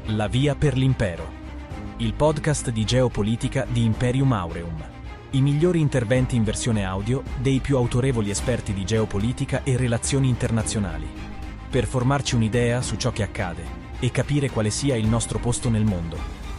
La via per l'impero. Il podcast di geopolitica di Imperium Aureum. I migliori interventi in versione audio dei più autorevoli esperti di geopolitica e relazioni internazionali, per formarci un'idea su ciò che accade e capire quale sia il nostro posto nel mondo.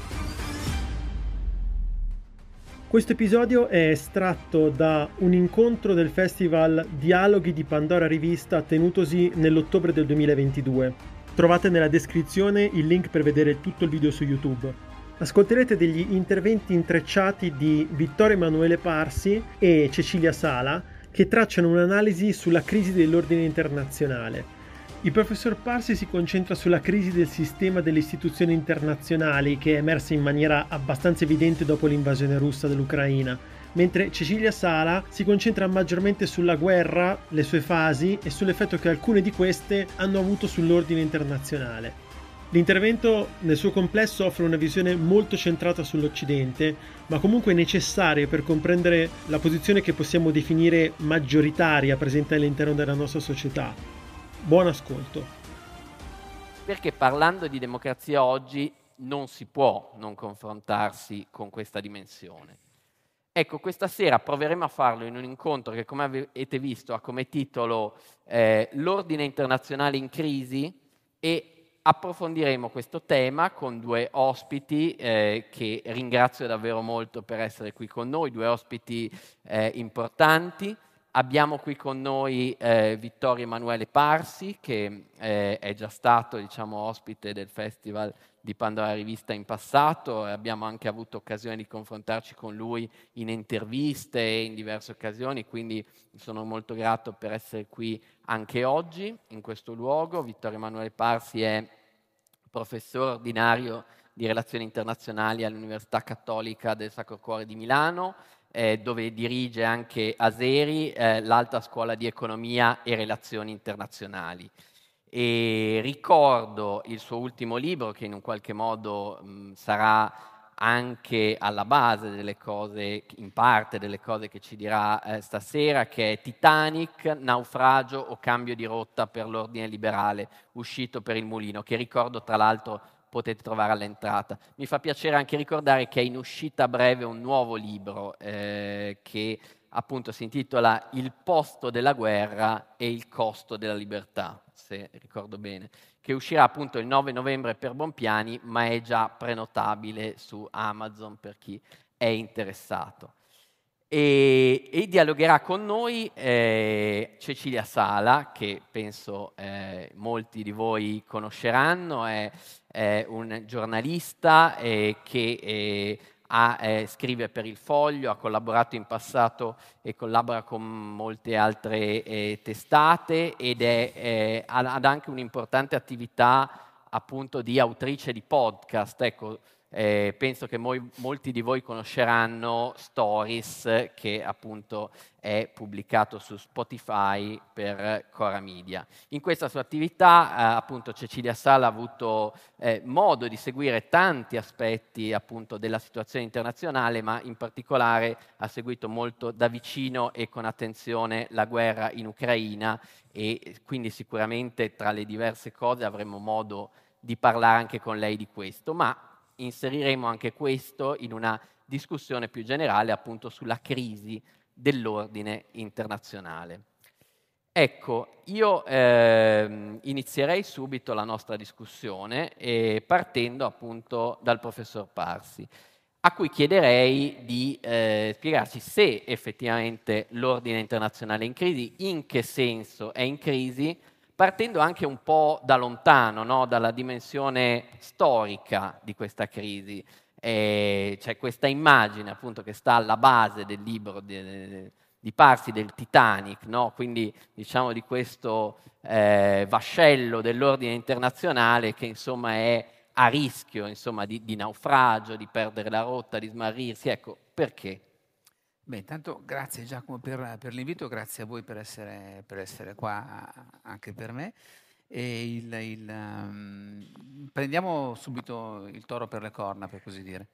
Questo episodio è estratto da un incontro del festival Dialoghi di Pandora Rivista tenutosi nell'ottobre del 2022. Trovate nella descrizione il link per vedere tutto il video su YouTube. Ascolterete degli interventi intrecciati di Vittorio Emanuele Parsi e Cecilia Sala che tracciano un'analisi sulla crisi dell'ordine internazionale. Il professor Parsi si concentra sulla crisi del sistema delle istituzioni internazionali che è emersa in maniera abbastanza evidente dopo l'invasione russa dell'Ucraina, mentre Cecilia Sala si concentra maggiormente sulla guerra, le sue fasi e sull'effetto che alcune di queste hanno avuto sull'ordine internazionale. L'intervento nel suo complesso offre una visione molto centrata sull'Occidente, ma comunque necessaria per comprendere la posizione che possiamo definire maggioritaria presente all'interno della nostra società. Buon ascolto. Perché parlando di democrazia oggi non si può non confrontarsi con questa dimensione. Ecco, questa sera proveremo a farlo in un incontro che, come avete visto, ha come titolo L'ordine internazionale in crisi, e approfondiremo questo tema con due ospiti che ringrazio davvero molto per essere qui con noi, due ospiti importanti. Abbiamo qui con noi Vittorio Emanuele Parsi, che è già stato, ospite del Festival di Pandora Rivista in passato, e abbiamo anche avuto occasione di confrontarci con lui in interviste e in diverse occasioni, quindi sono molto grato per essere qui anche oggi in questo luogo. Vittorio Emanuele Parsi è professore ordinario di Relazioni Internazionali all'Università Cattolica del Sacro Cuore di Milano, dove dirige anche ASERI, l'Alta Scuola di Economia e Relazioni Internazionali. E ricordo il suo ultimo libro, che in un qualche modo sarà anche alla base delle cose, in parte delle cose che ci dirà stasera, che è Titanic, naufragio o cambio di rotta per l'ordine liberale, uscito per il Mulino, che ricordo tra l'altro potete trovare all'entrata. Mi fa piacere anche ricordare che è in uscita a breve un nuovo libro che appunto si intitola Il posto della guerra e il costo della libertà, se ricordo bene, che uscirà appunto il 9 novembre per Bompiani, ma è già prenotabile su Amazon per chi è interessato. E dialogherà con noi Cecilia Sala, che penso molti di voi conosceranno, è un giornalista che scrive per Il Foglio, ha collaborato in passato e collabora con molte altre testate ed ha anche un'importante attività appunto di autrice di podcast. Ecco, penso che molti di voi conosceranno Stories, che appunto è pubblicato su Spotify per Cora Media. In questa sua attività appunto Cecilia Sala ha avuto modo di seguire tanti aspetti appunto della situazione internazionale, ma in particolare ha seguito molto da vicino e con attenzione la guerra in Ucraina, e quindi sicuramente tra le diverse cose avremo modo di parlare anche con lei di questo, ma inseriremo anche questo in una discussione più generale appunto sulla crisi dell'ordine internazionale. Ecco, io inizierei subito la nostra discussione partendo appunto dal professor Parsi, a cui chiederei di spiegarci se effettivamente l'ordine internazionale è in crisi, in che senso è in crisi, partendo anche un po' da lontano, no? Dalla dimensione storica di questa crisi. C'è questa immagine appunto che sta alla base del libro di Parsi, del Titanic, no? Quindi diciamo di questo vascello dell'ordine internazionale che insomma è a rischio insomma, di naufragio, di perdere la rotta, di smarrirsi. Ecco, perché? Beh, intanto grazie Giacomo per l'invito, grazie a voi per essere qua anche per me. E prendiamo subito il toro per le corna, per così dire.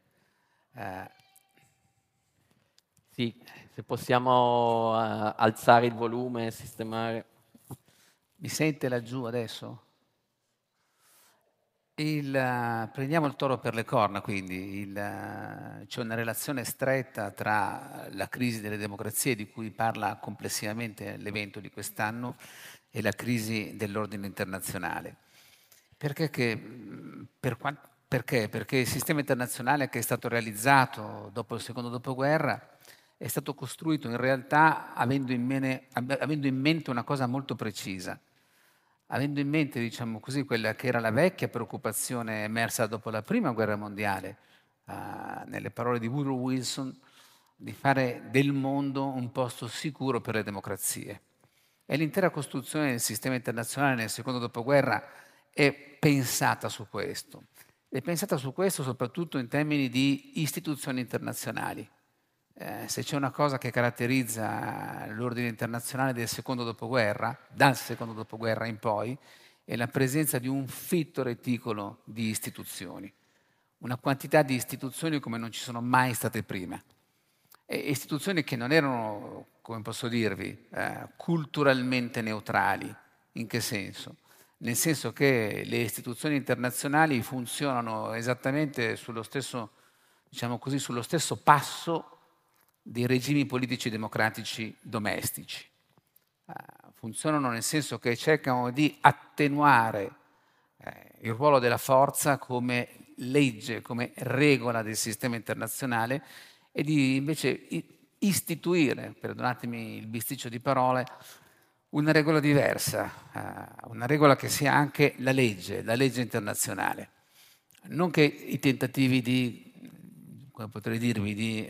Sì, se possiamo alzare il volume, sistemare. Mi sente laggiù adesso? Prendiamo il toro per le corna, quindi c'è una relazione stretta tra la crisi delle democrazie, di cui parla complessivamente l'evento di quest'anno, e la crisi dell'ordine internazionale. Perché? Perché il sistema internazionale che è stato realizzato dopo il secondo dopoguerra è stato costruito in realtà avendo in mente una cosa molto precisa, avendo in mente, diciamo così, quella che era la vecchia preoccupazione emersa dopo la Prima Guerra Mondiale, nelle parole di Woodrow Wilson, di fare del mondo un posto sicuro per le democrazie. E l'intera costruzione del sistema internazionale nel secondo dopoguerra è pensata su questo. È pensata su questo soprattutto in termini di istituzioni internazionali. Se c'è una cosa che caratterizza l'ordine internazionale del secondo dopoguerra, dal secondo dopoguerra in poi, è la presenza di un fitto reticolo di istituzioni, una quantità di istituzioni come non ci sono mai state prima. E istituzioni che non erano, come posso dirvi, culturalmente neutrali. In che senso? Nel senso che le istituzioni internazionali funzionano esattamente sullo stesso, diciamo così, sullo stesso passo dei regimi politici democratici domestici. Funzionano nel senso che cercano di attenuare il ruolo della forza come legge, come regola del sistema internazionale e di invece istituire, perdonatemi il bisticcio di parole, una regola diversa, una regola che sia anche la legge internazionale. Non che i tentativi di, come potrei dirvi, di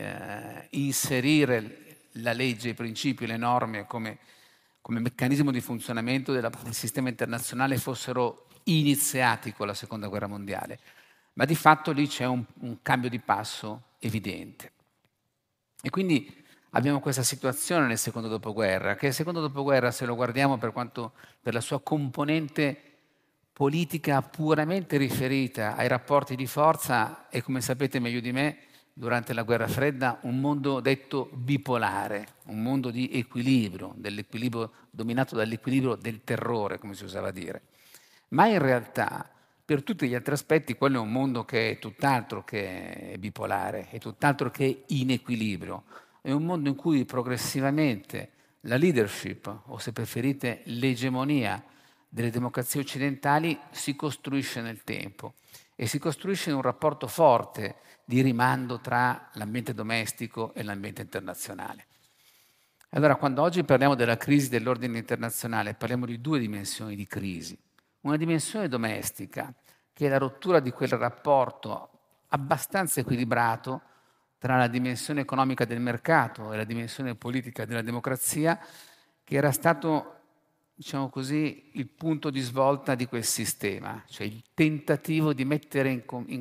inserire la legge, i principi, le norme come meccanismo di funzionamento del sistema internazionale fossero iniziati con la Seconda Guerra Mondiale, ma di fatto lì c'è un cambio di passo evidente. E quindi abbiamo questa situazione nel secondo dopoguerra, che il secondo dopoguerra, se lo guardiamo per la sua componente politica puramente riferita ai rapporti di forza, è, come sapete meglio di me, durante la guerra fredda, un mondo detto bipolare, un mondo di equilibrio, dell'equilibrio dominato dall'equilibrio del terrore, come si usava dire. Ma in realtà, per tutti gli altri aspetti, quello è un mondo che è tutt'altro che bipolare, è tutt'altro che in equilibrio. È un mondo in cui progressivamente la leadership, o se preferite l'egemonia delle democrazie occidentali, si costruisce nel tempo e si costruisce in un rapporto forte di rimando tra l'ambiente domestico e l'ambiente internazionale. Allora, quando oggi parliamo della crisi dell'ordine internazionale, parliamo di due dimensioni di crisi. Una dimensione domestica, che è la rottura di quel rapporto abbastanza equilibrato tra la dimensione economica del mercato e la dimensione politica della democrazia, che era stato, diciamo così, il punto di svolta di quel sistema, cioè il tentativo di mettere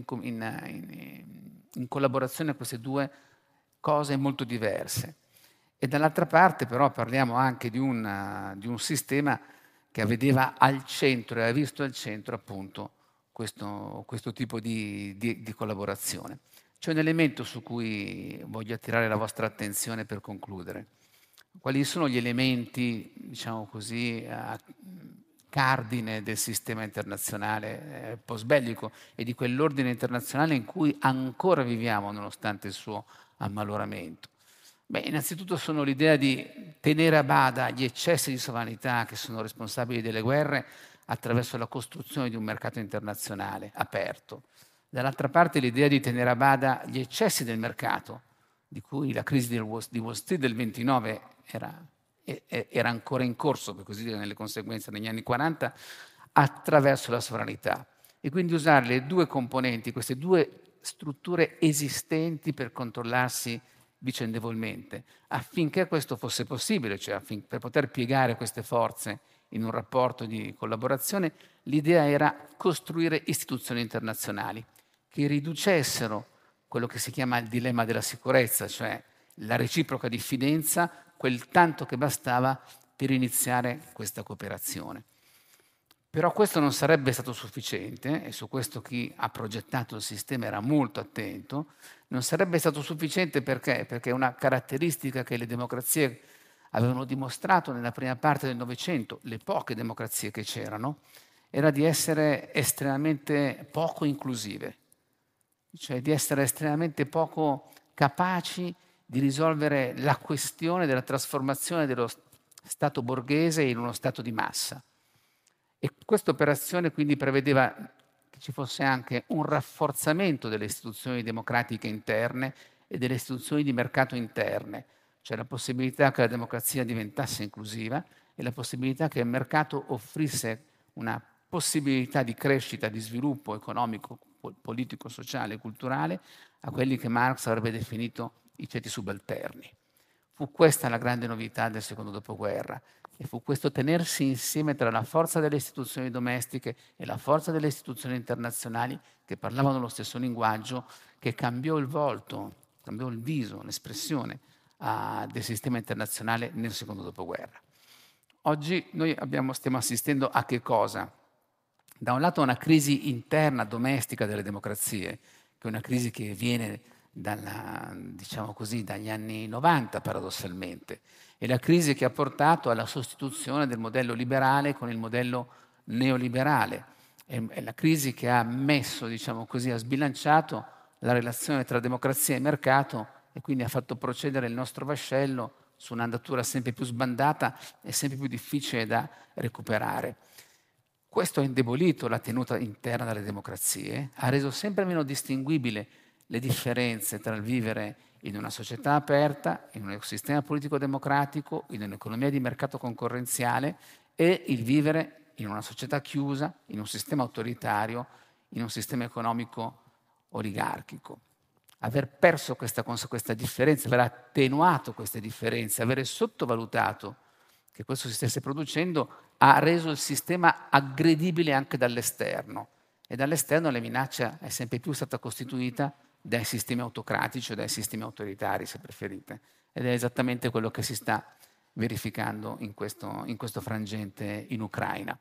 in collaborazione queste due cose molto diverse. E dall'altra parte però parliamo anche di un sistema che vedeva al centro e ha visto al centro appunto questo tipo di collaborazione. C'è un elemento su cui voglio attirare la vostra attenzione per concludere. Quali sono gli elementi, diciamo così, cardine del sistema internazionale post-bellico e di quell'ordine internazionale in cui ancora viviamo nonostante il suo ammaloramento? Beh, innanzitutto sono l'idea di tenere a bada gli eccessi di sovranità che sono responsabili delle guerre attraverso la costruzione di un mercato internazionale aperto. Dall'altra parte l'idea di tenere a bada gli eccessi del mercato, di cui la crisi di Wall Street del 29 era ancora in corso, per così dire, nelle conseguenze negli anni 40, attraverso la sovranità. E quindi usare le due componenti, queste due strutture esistenti per controllarsi vicendevolmente, affinché questo fosse possibile, cioè per poter piegare queste forze in un rapporto di collaborazione, l'idea era costruire istituzioni internazionali che riducessero quello che si chiama il dilemma della sicurezza, cioè la reciproca diffidenza, quel tanto che bastava per iniziare questa cooperazione. Però questo non sarebbe stato sufficiente, e su questo chi ha progettato il sistema era molto attento, non sarebbe stato sufficiente perché una caratteristica che le democrazie avevano dimostrato nella prima parte del Novecento, le poche democrazie che c'erano, era di essere estremamente poco inclusive, cioè di essere estremamente poco capaci di risolvere la questione della trasformazione dello Stato borghese in uno Stato di massa. E questa operazione quindi prevedeva che ci fosse anche un rafforzamento delle istituzioni democratiche interne e delle istituzioni di mercato interne, cioè la possibilità che la democrazia diventasse inclusiva e la possibilità che il mercato offrisse una possibilità di crescita, di sviluppo economico, politico, sociale e culturale a quelli che Marx avrebbe definito i ceti subalterni. Fu questa la grande novità del secondo dopoguerra e fu questo tenersi insieme tra la forza delle istituzioni domestiche e la forza delle istituzioni internazionali che parlavano lo stesso linguaggio che cambiò il volto, cambiò il viso, l'espressione del sistema internazionale nel secondo dopoguerra. Oggi noi stiamo assistendo a che cosa? Da un lato a una crisi interna, domestica delle democrazie, che è una crisi che viene diciamo così, dagli anni 90 paradossalmente, è la crisi che ha portato alla sostituzione del modello liberale con il modello neoliberale, è la crisi che ha messo, diciamo così, ha sbilanciato la relazione tra democrazia e mercato e quindi ha fatto procedere il nostro vascello su un'andatura sempre più sbandata e sempre più difficile da recuperare. Questo ha indebolito la tenuta interna delle democrazie, ha reso sempre meno distinguibile le differenze tra il vivere in una società aperta, in un ecosistema politico democratico, in un'economia di mercato concorrenziale e il vivere in una società chiusa, in un sistema autoritario, in un sistema economico oligarchico. Aver perso questa differenza, aver attenuato queste differenze, aver sottovalutato che questo si stesse producendo ha reso il sistema aggredibile anche dall'esterno e dall'esterno la minaccia è sempre più stata costituita dai sistemi autocratici o dai sistemi autoritari, se preferite, ed è esattamente quello che si sta verificando in questo frangente in Ucraina.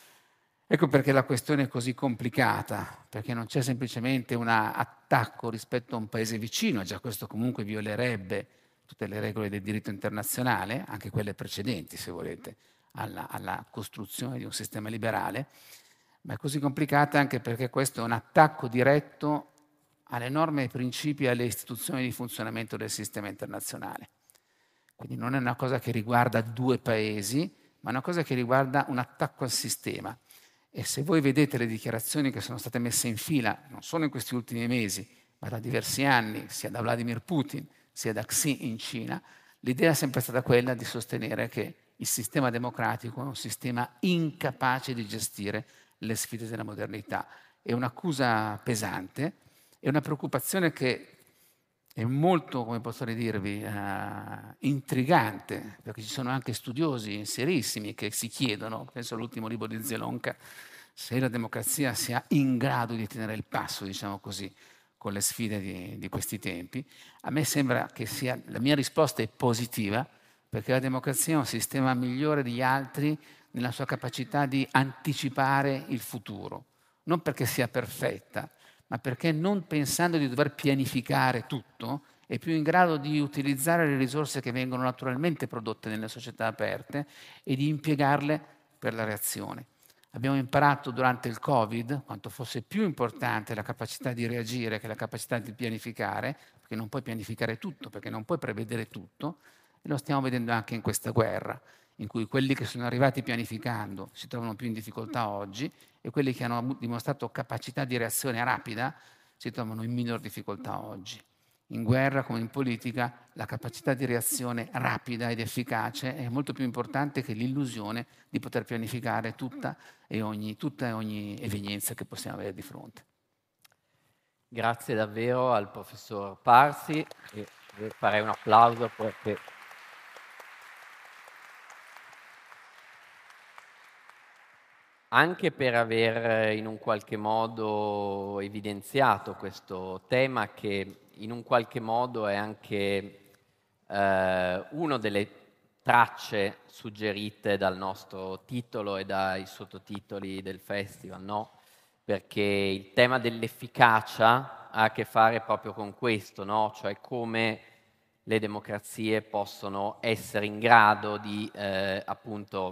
Ecco perché la questione è così complicata, perché non c'è semplicemente un attacco rispetto a un paese vicino, già questo comunque violerebbe tutte le regole del diritto internazionale, anche quelle precedenti, se volete, alla costruzione di un sistema liberale, ma è così complicata anche perché questo è un attacco diretto alle norme, ai principi e alle istituzioni di funzionamento del sistema internazionale. Quindi non è una cosa che riguarda due paesi, ma è una cosa che riguarda un attacco al sistema. E se voi vedete le dichiarazioni che sono state messe in fila, non solo in questi ultimi mesi, ma da diversi anni, sia da Vladimir Putin, sia da Xi in Cina, l'idea è sempre stata quella di sostenere che il sistema democratico è un sistema incapace di gestire le sfide della modernità. È un'accusa pesante, è una preoccupazione che è molto, come posso dirvi, intrigante, perché ci sono anche studiosi serissimi che si chiedono, penso all'ultimo libro di Zelonka, se la democrazia sia in grado di tenere il passo, diciamo così, con le sfide di questi tempi. A me sembra che la mia risposta è positiva, perché la democrazia è un sistema migliore degli altri nella sua capacità di anticipare il futuro, non perché sia perfetta, ma perché non pensando di dover pianificare tutto, è più in grado di utilizzare le risorse che vengono naturalmente prodotte nelle società aperte e di impiegarle per la reazione. Abbiamo imparato durante il Covid quanto fosse più importante la capacità di reagire che la capacità di pianificare, perché non puoi pianificare tutto, perché non puoi prevedere tutto, e lo stiamo vedendo anche in questa guerra, in cui quelli che sono arrivati pianificando si trovano più in difficoltà oggi e quelli che hanno dimostrato capacità di reazione rapida si trovano in minor difficoltà oggi. In guerra come in politica la capacità di reazione rapida ed efficace è molto più importante che l'illusione di poter pianificare tutta e ogni evenienza che possiamo avere di fronte. Grazie davvero al professor Parsi e farei un applauso perché anche per aver in un qualche modo evidenziato questo tema che in un qualche modo è anche una delle tracce suggerite dal nostro titolo e dai sottotitoli del festival, no? Perché il tema dell'efficacia ha a che fare proprio con questo, no? Cioè come le democrazie possono essere in grado di appunto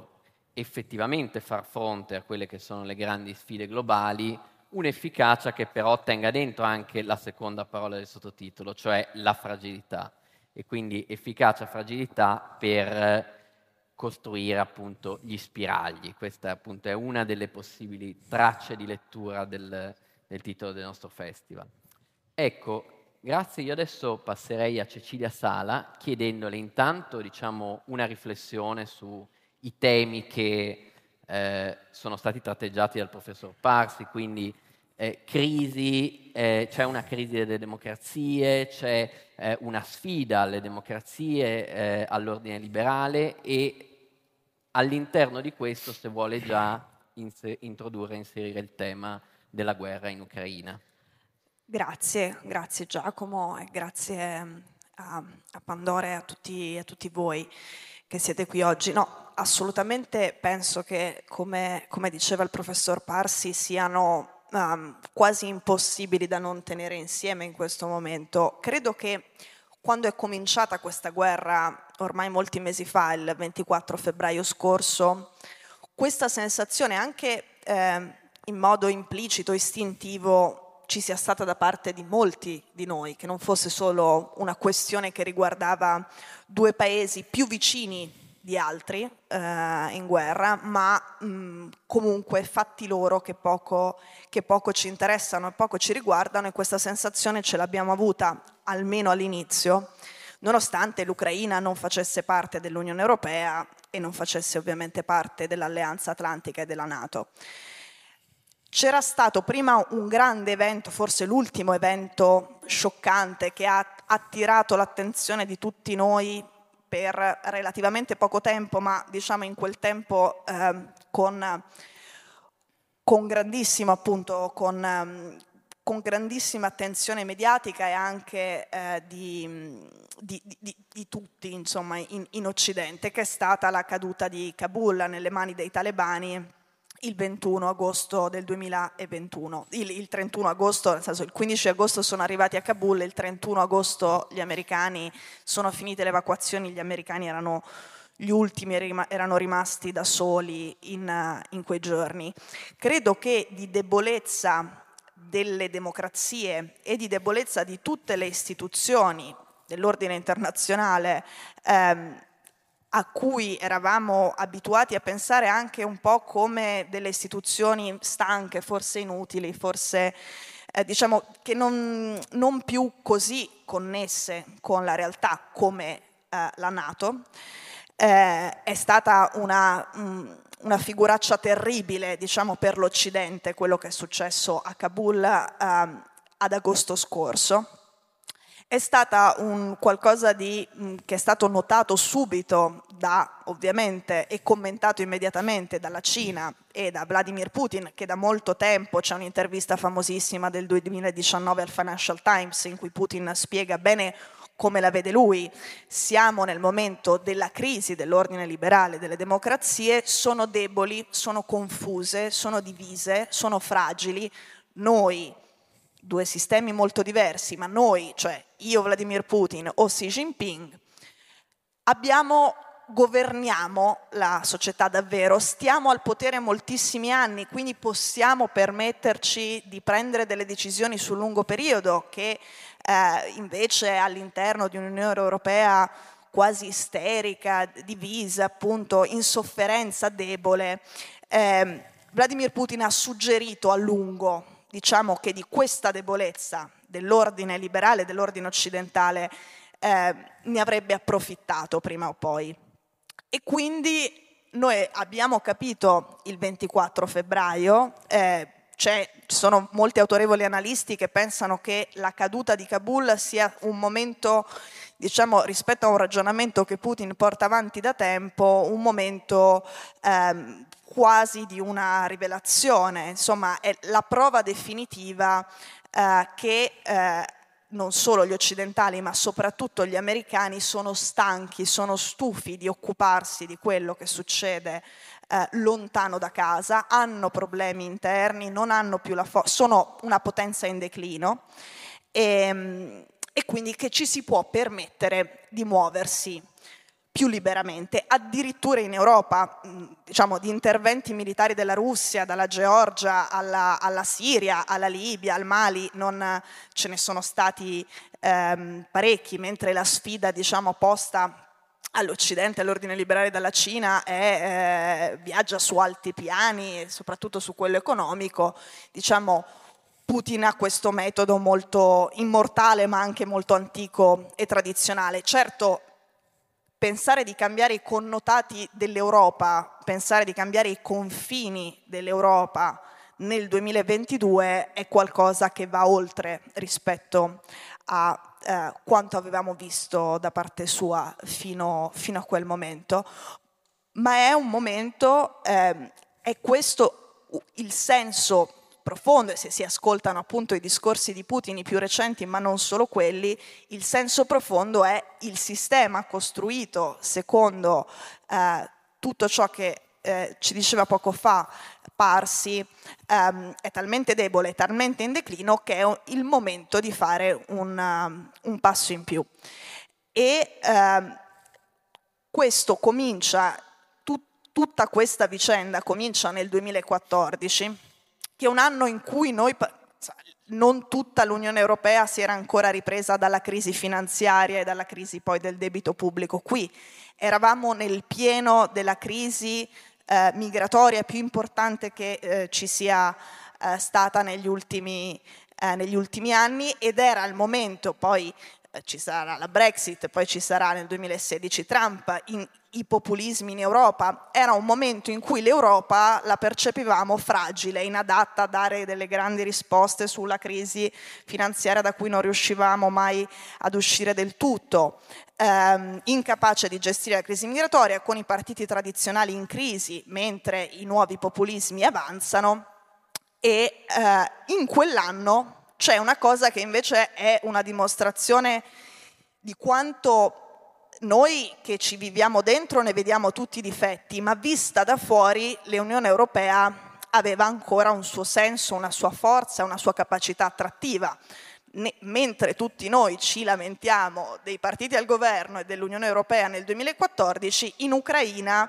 effettivamente far fronte a quelle che sono le grandi sfide globali, un'efficacia che però tenga dentro anche la seconda parola del sottotitolo, cioè la fragilità. E quindi efficacia, fragilità per costruire appunto gli spiragli. Questa appunto è una delle possibili tracce di lettura del titolo del nostro festival. Ecco, grazie. Io adesso passerei a Cecilia Sala chiedendole intanto una riflessione sui temi che sono stati tratteggiati dal professor Parsi, quindi crisi, c'è una crisi delle democrazie, c'è una sfida alle democrazie, all'ordine liberale e all'interno di questo, se vuole già introdurre e inserire il tema della guerra in Ucraina. Grazie Giacomo e grazie a Pandora e a tutti voi che siete qui oggi. No, assolutamente penso che, come diceva il professor Parsi, siano quasi impossibili da non tenere insieme in questo momento. Credo che quando è cominciata questa guerra, ormai molti mesi fa, il 24 febbraio scorso, questa sensazione anche in modo implicito, istintivo, ci sia stata da parte di molti di noi, che non fosse solo una questione che riguardava due paesi più vicini di altri in guerra, ma comunque fatti loro che poco ci interessano e poco ci riguardano, e questa sensazione ce l'abbiamo avuta almeno all'inizio, nonostante l'Ucraina non facesse parte dell'Unione Europea e non facesse ovviamente parte dell'Alleanza Atlantica e della NATO. C'era stato prima un grande evento, forse l'ultimo evento scioccante che ha attirato l'attenzione di tutti noi per relativamente poco tempo, ma diciamo in quel tempo con grandissimo appunto con grandissima attenzione mediatica e anche di tutti, insomma, in Occidente, che è stata la caduta di Kabul nelle mani dei talebani il 21 agosto del 2021. Il 31 agosto, nel senso il 15 agosto sono arrivati a Kabul, il 31 agosto gli americani sono finite le evacuazioni, gli americani erano gli ultimi, erano rimasti da soli in quei giorni. Credo che di debolezza delle democrazie e di debolezza di tutte le istituzioni dell'ordine internazionale a cui eravamo abituati a pensare anche un po' come delle istituzioni stanche, forse inutili, forse diciamo che non più così connesse con la realtà come la NATO, è stata una figuraccia terribile, diciamo, per l'Occidente, quello che è successo a Kabul ad agosto scorso. È stata qualcosa che è stato notato subito ovviamente, e commentato immediatamente dalla Cina e da Vladimir Putin, che da molto tempo, c'è un'intervista famosissima del 2019 al Financial Times in cui Putin spiega bene come la vede lui. Siamo nel momento della crisi dell'ordine liberale, delle democrazie, sono deboli, sono confuse, sono divise, sono fragili. Noi, due sistemi molto diversi, ma noi, cioè io Vladimir Putin o Xi Jinping, governiamo la società davvero, stiamo al potere moltissimi anni, quindi possiamo permetterci di prendere delle decisioni sul lungo periodo che invece all'interno di un'Unione Europea quasi isterica, divisa, appunto, in sofferenza, debole, Vladimir Putin ha suggerito a lungo, diciamo, che di questa debolezza dell'ordine liberale, dell'ordine occidentale, ne avrebbe approfittato prima o poi. E quindi noi abbiamo capito il 24 febbraio, ci sono molti autorevoli analisti che pensano che la caduta di Kabul sia un momento, diciamo, rispetto a un ragionamento che Putin porta avanti da tempo, un momento quasi di una rivelazione, insomma è la prova definitiva che non solo gli occidentali ma soprattutto gli americani sono stanchi, sono stufi di occuparsi di quello che succede lontano da casa, hanno problemi interni, non hanno più sono una potenza in declino e quindi che ci si può permettere di muoversi più liberamente, addirittura in Europa, diciamo, di interventi militari della Russia, dalla Georgia alla Siria, alla Libia, al Mali, non ce ne sono stati parecchi, mentre la sfida, diciamo, posta all'Occidente, all'ordine liberale dalla Cina viaggia su alti piani, soprattutto su quello economico. Diciamo, Putin ha questo metodo molto immortale ma anche molto antico e tradizionale. Certo, pensare di cambiare i connotati dell'Europa, pensare di cambiare i confini dell'Europa nel 2022 è qualcosa che va oltre rispetto a quanto avevamo visto da parte sua fino a quel momento. Ma è un momento, è questo il senso profondo, e se si ascoltano appunto i discorsi di Putin, i più recenti, ma non solo quelli, il senso profondo è il sistema costruito secondo tutto ciò che ci diceva poco fa Parsi, è talmente debole, è talmente in declino che è il momento di fare un passo in più. E questo comincia, tutta questa vicenda comincia nel 2014, che è un anno in cui non tutta l'Unione Europea si era ancora ripresa dalla crisi finanziaria e dalla crisi poi del debito pubblico. Qui eravamo nel pieno della crisi migratoria più importante che ci sia stata negli ultimi anni, ed era il momento, poi ci sarà la Brexit, poi ci sarà nel 2016 Trump, i populismi in Europa. Era un momento in cui l'Europa la percepivamo fragile, inadatta a dare delle grandi risposte sulla crisi finanziaria da cui non riuscivamo mai ad uscire del tutto, incapace di gestire la crisi migratoria, con i partiti tradizionali in crisi mentre i nuovi populismi avanzano. E in quell'anno c'è una cosa che invece è una dimostrazione di quanto noi che ci viviamo dentro ne vediamo tutti i difetti, ma vista da fuori l'Unione Europea aveva ancora un suo senso, una sua forza, una sua capacità attrattiva. Mentre tutti noi ci lamentiamo dei partiti al governo e dell'Unione Europea nel 2014, in Ucraina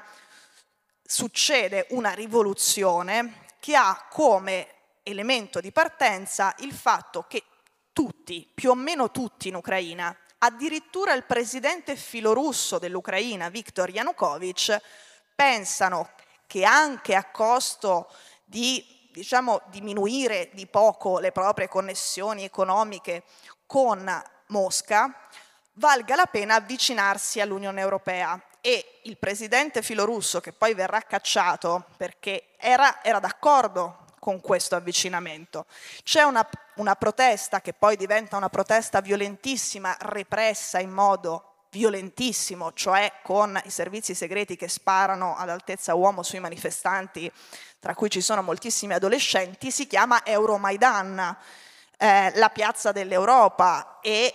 succede una rivoluzione che ha come elemento di partenza il fatto che tutti, più o meno tutti in Ucraina, addirittura il presidente filorusso dell'Ucraina, Viktor Yanukovych, pensano che anche a costo di, diciamo, diminuire di poco le proprie connessioni economiche con Mosca, valga la pena avvicinarsi all'Unione Europea. E il presidente filorusso, che poi verrà cacciato perché era d'accordo con questo avvicinamento. C'è una protesta che poi diventa una protesta violentissima, repressa in modo violentissimo, cioè con i servizi segreti che sparano ad altezza uomo sui manifestanti, tra cui ci sono moltissimi adolescenti. Si chiama Euromaidan, la piazza dell'Europa, e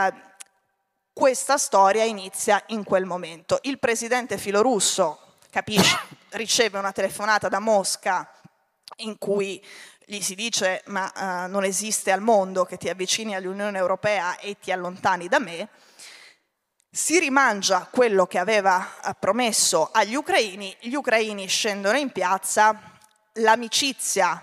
questa storia inizia in quel momento. Il presidente filorusso capisce, riceve una telefonata da Mosca in cui gli si dice: ma non esiste al mondo che ti avvicini all'Unione Europea e ti allontani da me. Si rimangia quello che aveva promesso agli ucraini, gli ucraini scendono in piazza, l'amicizia,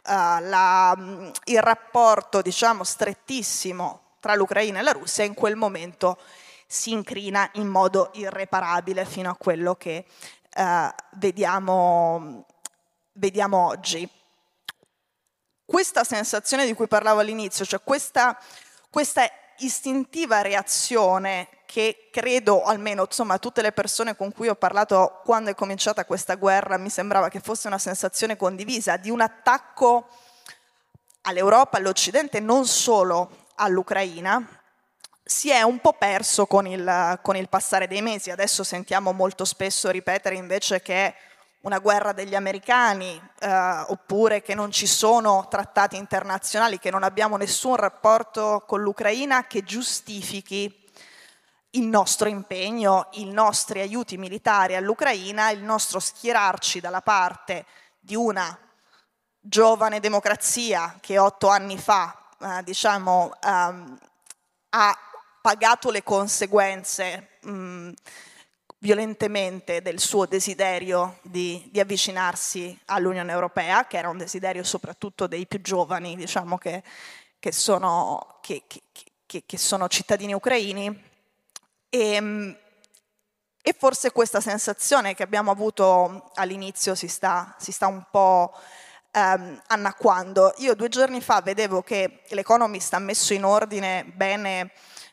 il rapporto, diciamo, strettissimo tra l'Ucraina e la Russia in quel momento si incrina in modo irreparabile fino a quello che vediamo oggi. Questa sensazione di cui parlavo all'inizio, cioè questa istintiva reazione che credo, almeno insomma tutte le persone con cui ho parlato quando è cominciata questa guerra, mi sembrava che fosse una sensazione condivisa di un attacco all'Europa, all'Occidente, non solo all'Ucraina, si è un po' perso con il passare dei mesi. Adesso sentiamo molto spesso ripetere invece che è una guerra degli americani, oppure che non ci sono trattati internazionali, che non abbiamo nessun rapporto con l'Ucraina che giustifichi il nostro impegno, i nostri aiuti militari all'Ucraina, il nostro schierarci dalla parte di una giovane democrazia che 8 anni fa ha pagato le conseguenze violentemente del suo desiderio di avvicinarsi all'Unione Europea, che era un desiderio soprattutto dei più giovani, diciamo che sono cittadini ucraini, e forse questa sensazione che abbiamo avuto all'inizio si sta un po' annacquando. Io 2 giorni fa vedevo che l'Economist ha messo in ordine bene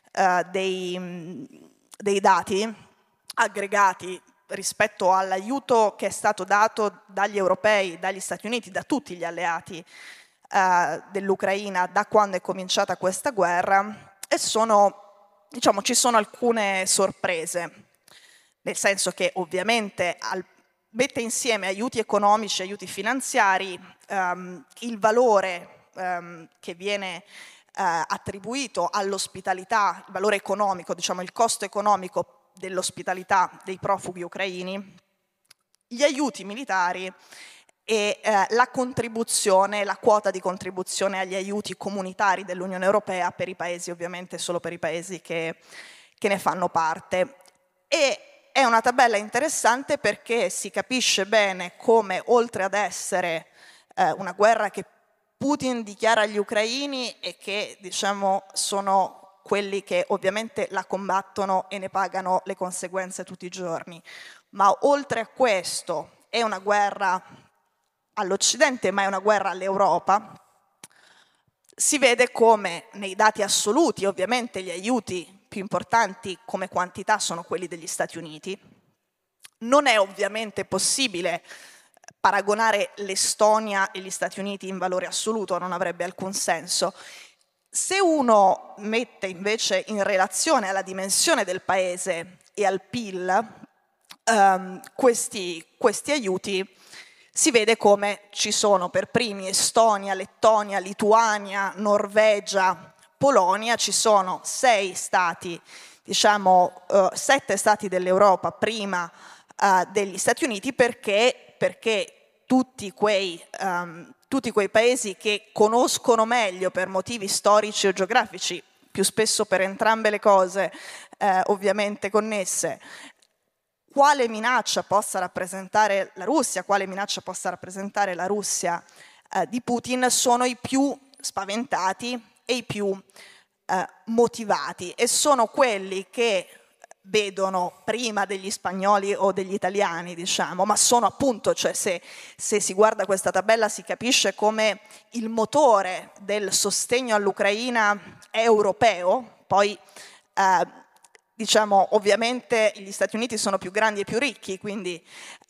dei dati aggregati rispetto all'aiuto che è stato dato dagli europei, dagli Stati Uniti, da tutti gli alleati dell'Ucraina da quando è cominciata questa guerra, e ci sono alcune sorprese, nel senso che ovviamente mette insieme aiuti economici e aiuti finanziari, il valore che viene attribuito all'ospitalità, il valore economico, diciamo il costo economico dell'ospitalità dei profughi ucraini, gli aiuti militari e la quota di contribuzione agli aiuti comunitari dell'Unione Europea per i paesi, ovviamente solo per i paesi che ne fanno parte. E è una tabella interessante perché si capisce bene come, oltre ad essere una guerra che Putin dichiara agli ucraini e che, diciamo, sono quelli che ovviamente la combattono e ne pagano le conseguenze tutti i giorni, ma oltre a questo è una guerra all'Occidente, ma è una guerra all'Europa. Si vede come nei dati assoluti, ovviamente gli aiuti più importanti come quantità sono quelli degli Stati Uniti. Non è ovviamente possibile paragonare l'Estonia e gli Stati Uniti in valore assoluto, non avrebbe alcun senso. Se uno mette invece in relazione alla dimensione del paese e al PIL questi aiuti, si vede come ci sono per primi Estonia, Lettonia, Lituania, Norvegia, Polonia, ci sono 6 stati, 7 stati dell'Europa prima degli Stati Uniti, perché tutti quei paesi che conoscono meglio per motivi storici o geografici, più spesso per entrambe le cose ovviamente connesse, quale minaccia possa rappresentare la Russia, di Putin, sono i più spaventati e i più motivati, e sono quelli che vedono prima degli spagnoli o degli italiani, diciamo, ma sono appunto, cioè se si guarda questa tabella si capisce come il motore del sostegno all'Ucraina è europeo. Poi diciamo, ovviamente gli Stati Uniti sono più grandi e più ricchi, quindi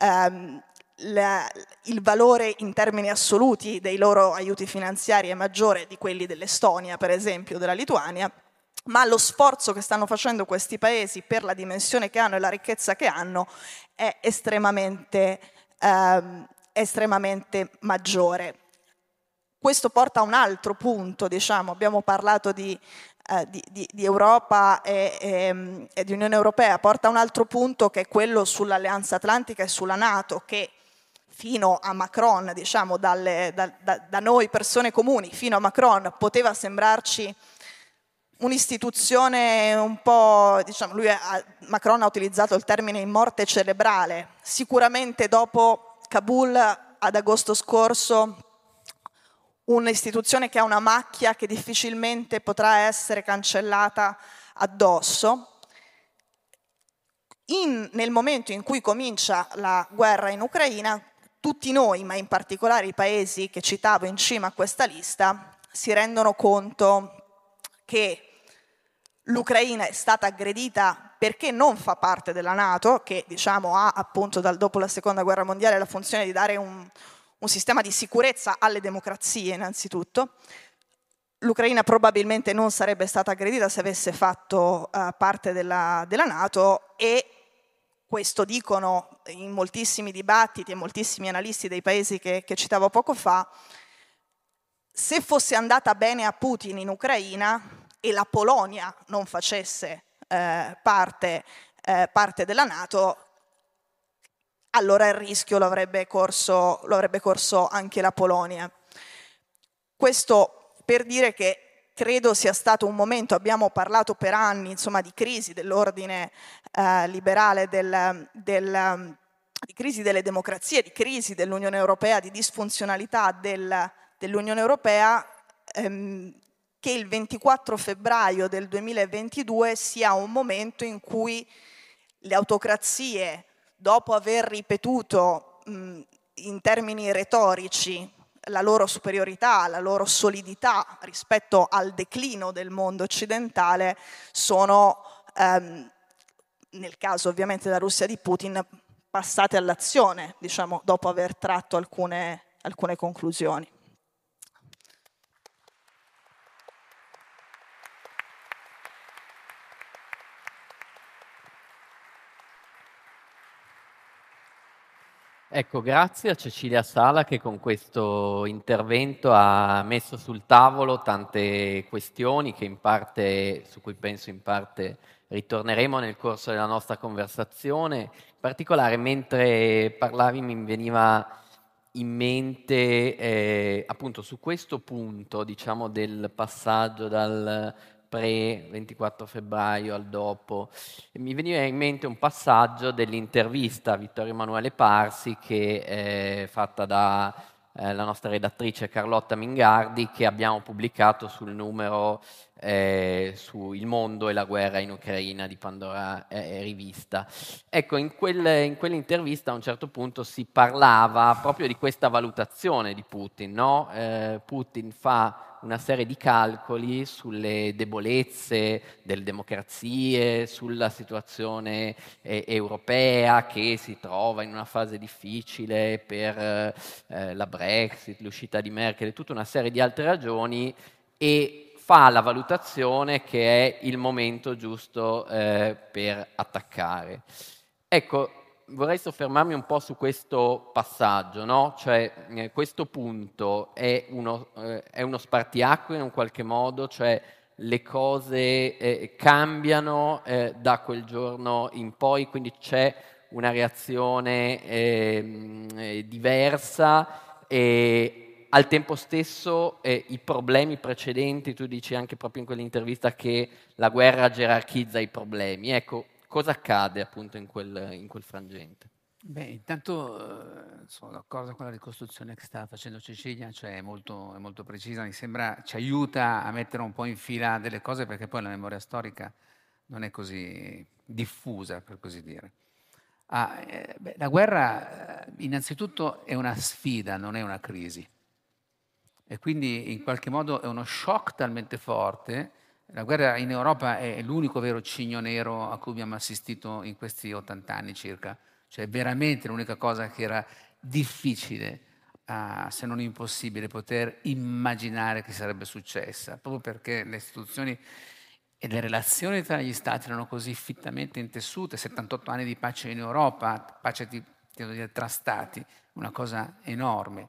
il valore in termini assoluti dei loro aiuti finanziari è maggiore di quelli dell'Estonia, per esempio, della Lituania, ma lo sforzo che stanno facendo questi paesi per la dimensione che hanno e la ricchezza che hanno è estremamente maggiore. Questo porta a un altro punto, diciamo, abbiamo parlato di Europa e di Unione Europea, porta a un altro punto che è quello sull'Alleanza Atlantica e sulla NATO, che fino a Macron, diciamo, da noi persone comuni, fino a Macron poteva sembrarci un'istituzione un po', diciamo, Macron ha utilizzato il termine in morte cerebrale. Sicuramente dopo Kabul ad agosto scorso, un'istituzione che ha una macchia che difficilmente potrà essere cancellata addosso. Nel momento in cui comincia la guerra in Ucraina, tutti noi, ma in particolare i paesi che citavo in cima a questa lista, si rendono conto che l'Ucraina è stata aggredita perché non fa parte della NATO, che, diciamo, ha appunto dopo la Seconda Guerra Mondiale la funzione di dare un sistema di sicurezza alle democrazie innanzitutto. L'Ucraina probabilmente non sarebbe stata aggredita se avesse fatto parte della NATO, e questo dicono in moltissimi dibattiti e moltissimi analisti dei paesi che citavo poco fa. Se fosse andata bene a Putin in Ucraina e la Polonia non facesse parte della NATO, allora il rischio lo avrebbe corso anche la Polonia. Questo per dire che credo sia stato un momento, abbiamo parlato per anni insomma, di crisi dell'ordine liberale, di crisi delle democrazie, di crisi dell'Unione Europea, di disfunzionalità dell'Unione Europea, che il 24 febbraio del 2022 sia un momento in cui le autocrazie, dopo aver ripetuto in termini retorici la loro superiorità, la loro solidità rispetto al declino del mondo occidentale, sono, nel caso ovviamente della Russia di Putin, passate all'azione, diciamo, dopo aver tratto alcune conclusioni. Ecco, grazie a Cecilia Sala che con questo intervento ha messo sul tavolo tante questioni su cui penso in parte ritorneremo nel corso della nostra conversazione. In particolare, mentre parlavi mi veniva in mente appunto su questo punto, diciamo, del passaggio dal pre-24 febbraio al dopo, mi veniva in mente un passaggio dell'intervista a Vittorio Emanuele Parsi che è fatta da la nostra redattrice Carlotta Mingardi, che abbiamo pubblicato sul numero su Il Mondo e la guerra in Ucraina di Pandora Rivista. Ecco, in quell'intervista a un certo punto si parlava proprio di questa valutazione di Putin, no? Putin fa una serie di calcoli sulle debolezze delle democrazie, sulla situazione europea che si trova in una fase difficile per la Brexit, l'uscita di Merkel e tutta una serie di altre ragioni, e fa la valutazione che è il momento giusto per attaccare. Ecco, vorrei soffermarmi un po' su questo passaggio, no? Cioè, questo punto è uno spartiacque in un qualche modo, cioè le cose cambiano da quel giorno in poi, quindi c'è una reazione diversa e al tempo stesso i problemi precedenti, tu dici anche proprio in quell'intervista che la guerra gerarchizza i problemi. Ecco, cosa accade appunto in quel frangente? Beh, intanto sono d'accordo con la ricostruzione che sta facendo Cecilia, cioè è molto precisa, mi sembra ci aiuta a mettere un po' in fila delle cose, perché poi la memoria storica non è così diffusa, per così dire. La guerra innanzitutto è una sfida, non è una crisi, e quindi in qualche modo è uno shock talmente forte. La guerra in Europa è l'unico vero cigno nero a cui abbiamo assistito in questi 80 anni circa, cioè veramente l'unica cosa che era difficile, se non impossibile, poter immaginare che sarebbe successa, proprio perché le istituzioni e le relazioni tra gli stati erano così fittamente intessute. 78 anni di pace in Europa, pace tra stati, una cosa enorme.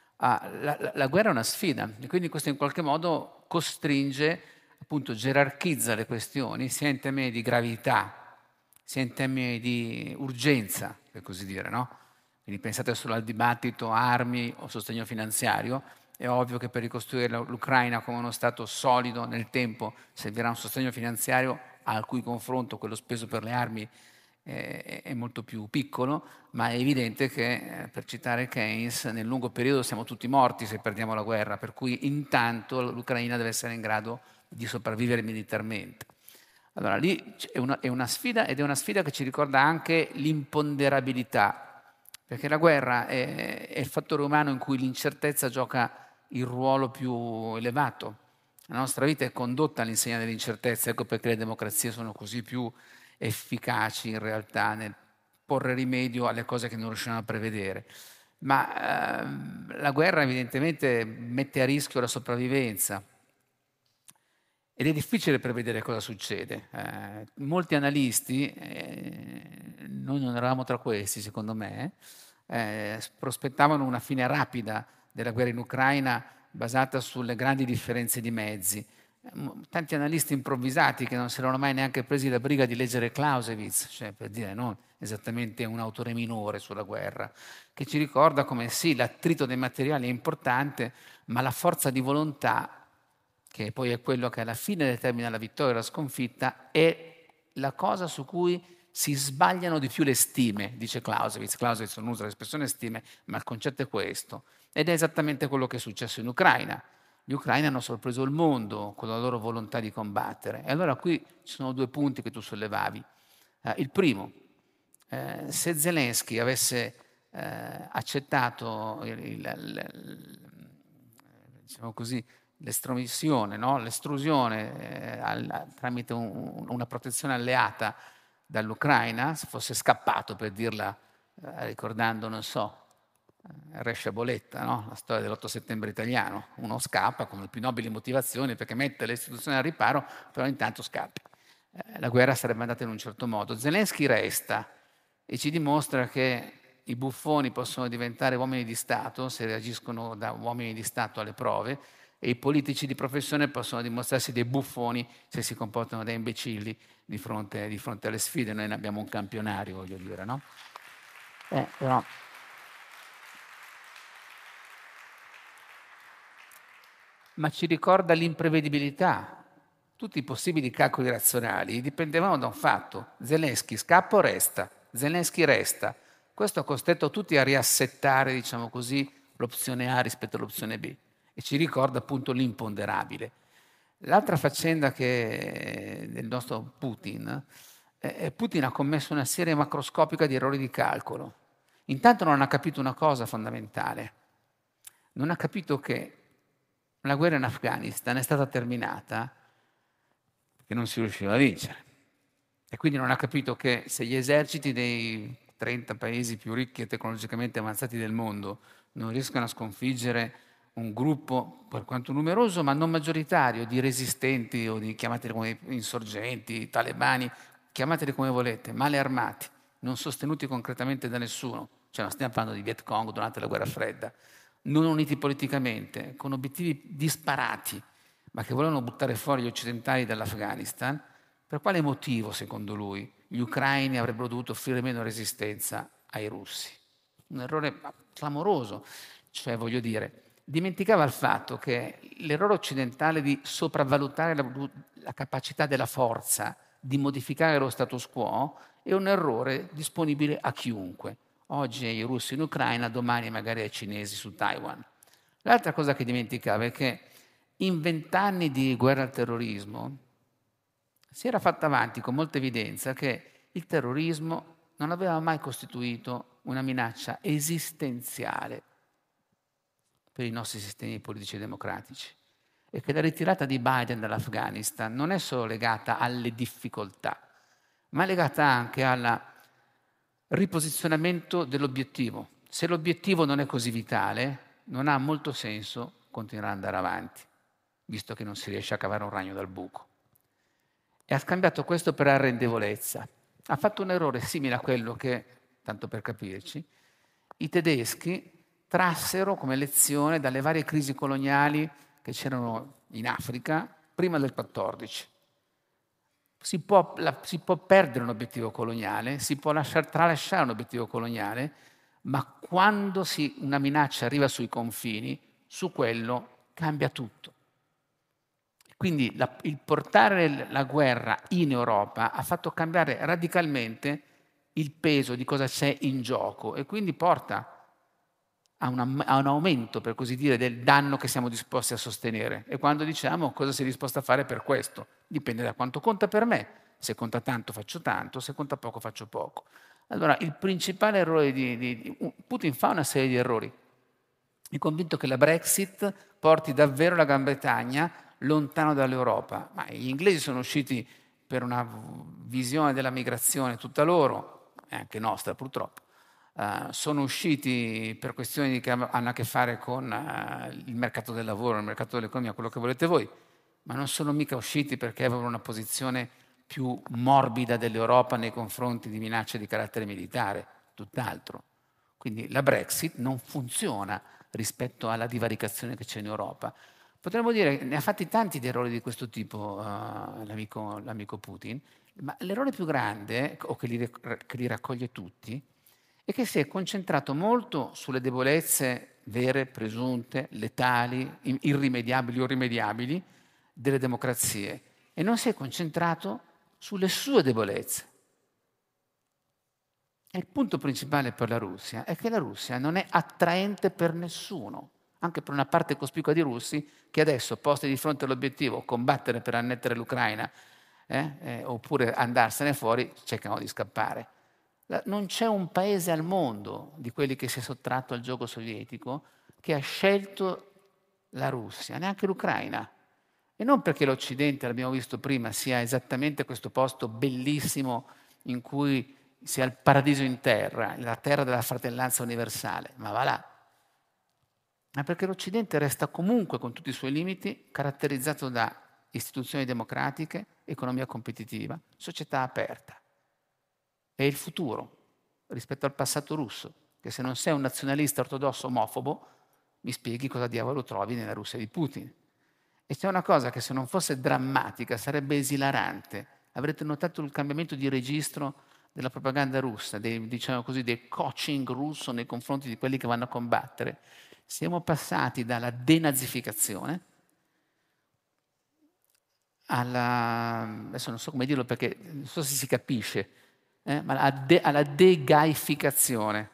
La guerra è una sfida, e quindi questo in qualche modo costringe, appunto gerarchizza le questioni sia in termini di gravità, sia in termini di urgenza, per così dire, no? Quindi pensate solo al dibattito armi o sostegno finanziario. È ovvio che per ricostruire l'Ucraina come uno Stato solido nel tempo servirà un sostegno finanziario al cui confronto quello speso per le armi è molto più piccolo, ma è evidente che, per citare Keynes, nel lungo periodo siamo tutti morti se perdiamo la guerra, per cui intanto l'Ucraina deve essere in grado di sopravvivere militarmente. Allora lì è una sfida, ed è una sfida che ci ricorda anche l'imponderabilità, perché la guerra è il fattore umano in cui l'incertezza gioca il ruolo più elevato. La nostra vita è condotta all'insegna dell'incertezza, ecco perché le democrazie sono così più efficaci in realtà nel porre rimedio alle cose che non riusciamo a prevedere. Ma la guerra evidentemente mette a rischio la sopravvivenza, ed è difficile prevedere cosa succede. Molti analisti, noi non eravamo tra questi secondo me, prospettavano una fine rapida della guerra in Ucraina basata sulle grandi differenze di mezzi. Tanti analisti improvvisati che non si erano mai neanche presi la briga di leggere Clausewitz, cioè per dire non esattamente un autore minore sulla guerra, che ci ricorda come sì, l'attrito dei materiali è importante, ma la forza di volontà che poi è quello che alla fine determina la vittoria e la sconfitta, è la cosa su cui si sbagliano di più le stime, dice Clausewitz. Clausewitz non usa l'espressione stime, ma il concetto è questo. Ed è esattamente quello che è successo in Ucraina. Gli ucraini hanno sorpreso il mondo con la loro volontà di combattere. E allora qui ci sono due punti che tu sollevavi. Il primo, se Zelensky avesse accettato diciamo così, l'estromissione, no? L'estrusione tramite una protezione alleata dall'Ucraina, se fosse scappato, per dirla ricordando, non so, Re Sciaboletta, no? La storia dell'8 settembre italiano. Uno scappa con le più nobili motivazioni perché mette le istituzioni al riparo, però intanto scappa. La guerra sarebbe andata in un certo modo. Zelensky resta e ci dimostra che i buffoni possono diventare uomini di Stato se reagiscono da uomini di Stato alle prove, e i politici di professione possono dimostrarsi dei buffoni se si comportano da imbecilli di fronte alle sfide. Noi ne abbiamo un campionario, voglio dire, no? Però... ma ci ricorda l'imprevedibilità. Tutti i possibili calcoli razionali dipendevano da un fatto: Zelensky scappa o resta? Zelensky resta. Questo ha costretto tutti a riassettare, diciamo così, l'opzione A rispetto all'opzione B, e ci ricorda appunto l'imponderabile. L'altra faccenda del nostro Putin, Putin ha commesso una serie macroscopica di errori di calcolo. Intanto non ha capito una cosa fondamentale. Non ha capito che la guerra in Afghanistan è stata terminata perché non si riusciva a vincere. E quindi non ha capito che se gli eserciti dei 30 paesi più ricchi e tecnologicamente avanzati del mondo non riescono a sconfiggere un gruppo, per quanto numeroso, ma non maggioritario, di resistenti o di, chiamateli come insorgenti, talebani, chiamateli come volete, male armati, non sostenuti concretamente da nessuno, cioè non stiamo parlando di Viet Cong durante la guerra fredda, non uniti politicamente, con obiettivi disparati, ma che volevano buttare fuori gli occidentali dall'Afghanistan. Per quale motivo, secondo lui, gli ucraini avrebbero dovuto offrire meno resistenza ai russi? Un errore clamoroso, cioè voglio dire, dimenticava il fatto che l'errore occidentale di sopravvalutare la capacità della forza di modificare lo status quo è un errore disponibile a chiunque. Oggi ai russi in Ucraina, domani magari ai cinesi su Taiwan. L'altra cosa che dimenticava è che in 20 anni di guerra al terrorismo si era fatta avanti con molta evidenza che il terrorismo non aveva mai costituito una minaccia esistenziale per i nostri sistemi politici e democratici, e che la ritirata di Biden dall'Afghanistan non è solo legata alle difficoltà, ma è legata anche al riposizionamento dell'obiettivo. Se l'obiettivo non è così vitale, non ha molto senso continuare ad andare avanti, visto che non si riesce a cavare un ragno dal buco. E ha scambiato questo per arrendevolezza. Ha fatto un errore simile a quello che, tanto per capirci, i tedeschi trassero come lezione dalle varie crisi coloniali che c'erano in Africa prima del 14. Si può perdere un obiettivo coloniale, si può tralasciare un obiettivo coloniale, ma quando una minaccia arriva sui confini, su quello cambia tutto. Quindi il portare la guerra in Europa ha fatto cambiare radicalmente il peso di cosa c'è in gioco, e quindi porta a un aumento, per così dire, del danno che siamo disposti a sostenere. E quando diciamo cosa sei disposto a fare per questo, dipende da quanto conta per me. Se conta tanto faccio tanto, se conta poco faccio poco. Allora il principale errore Putin fa una serie di errori. È convinto che la Brexit porti davvero la Gran Bretagna lontano dall'Europa, ma gli inglesi sono usciti per una visione della migrazione tutta loro, e anche nostra purtroppo. Sono usciti per questioni che hanno a che fare con il mercato del lavoro, il mercato dell'economia, quello che volete voi, ma non sono mica usciti perché avevano una posizione più morbida dell'Europa nei confronti di minacce di carattere militare, tutt'altro. Quindi la Brexit non funziona rispetto alla divaricazione che c'è in Europa. Potremmo dire che ne ha fatti tanti di errori di questo tipo l'amico Putin, ma l'errore più grande, o che li raccoglie tutti, è che si è concentrato molto sulle debolezze vere, presunte, letali, irrimediabili o rimediabili delle democrazie e non si è concentrato sulle sue debolezze. E il punto principale per la Russia è che la Russia non è attraente per nessuno, anche per una parte cospicua di russi che adesso, posti di fronte all'obiettivo combattere per annettere l'Ucraina oppure andarsene fuori, cercano di scappare. Non c'è un paese al mondo di quelli che si è sottratto al gioco sovietico che ha scelto la Russia, neanche l'Ucraina. E non perché l'Occidente, l'abbiamo visto prima, sia esattamente questo posto bellissimo in cui sia il paradiso in terra, la terra della fratellanza universale, ma va là. Ma perché l'Occidente resta comunque, con tutti i suoi limiti, caratterizzato da istituzioni democratiche, economia competitiva, società aperta. È il futuro rispetto al passato russo, che se non sei un nazionalista ortodosso omofobo, mi spieghi cosa diavolo trovi nella Russia di Putin. E c'è una cosa che se non fosse drammatica sarebbe esilarante. Avrete notato il cambiamento di registro della propaganda russa, diciamo così, del coaching russo nei confronti di quelli che vanno a combattere. Siamo passati dalla denazificazione adesso non so come dirlo perché non so se si capisce, ma alla degaificazione.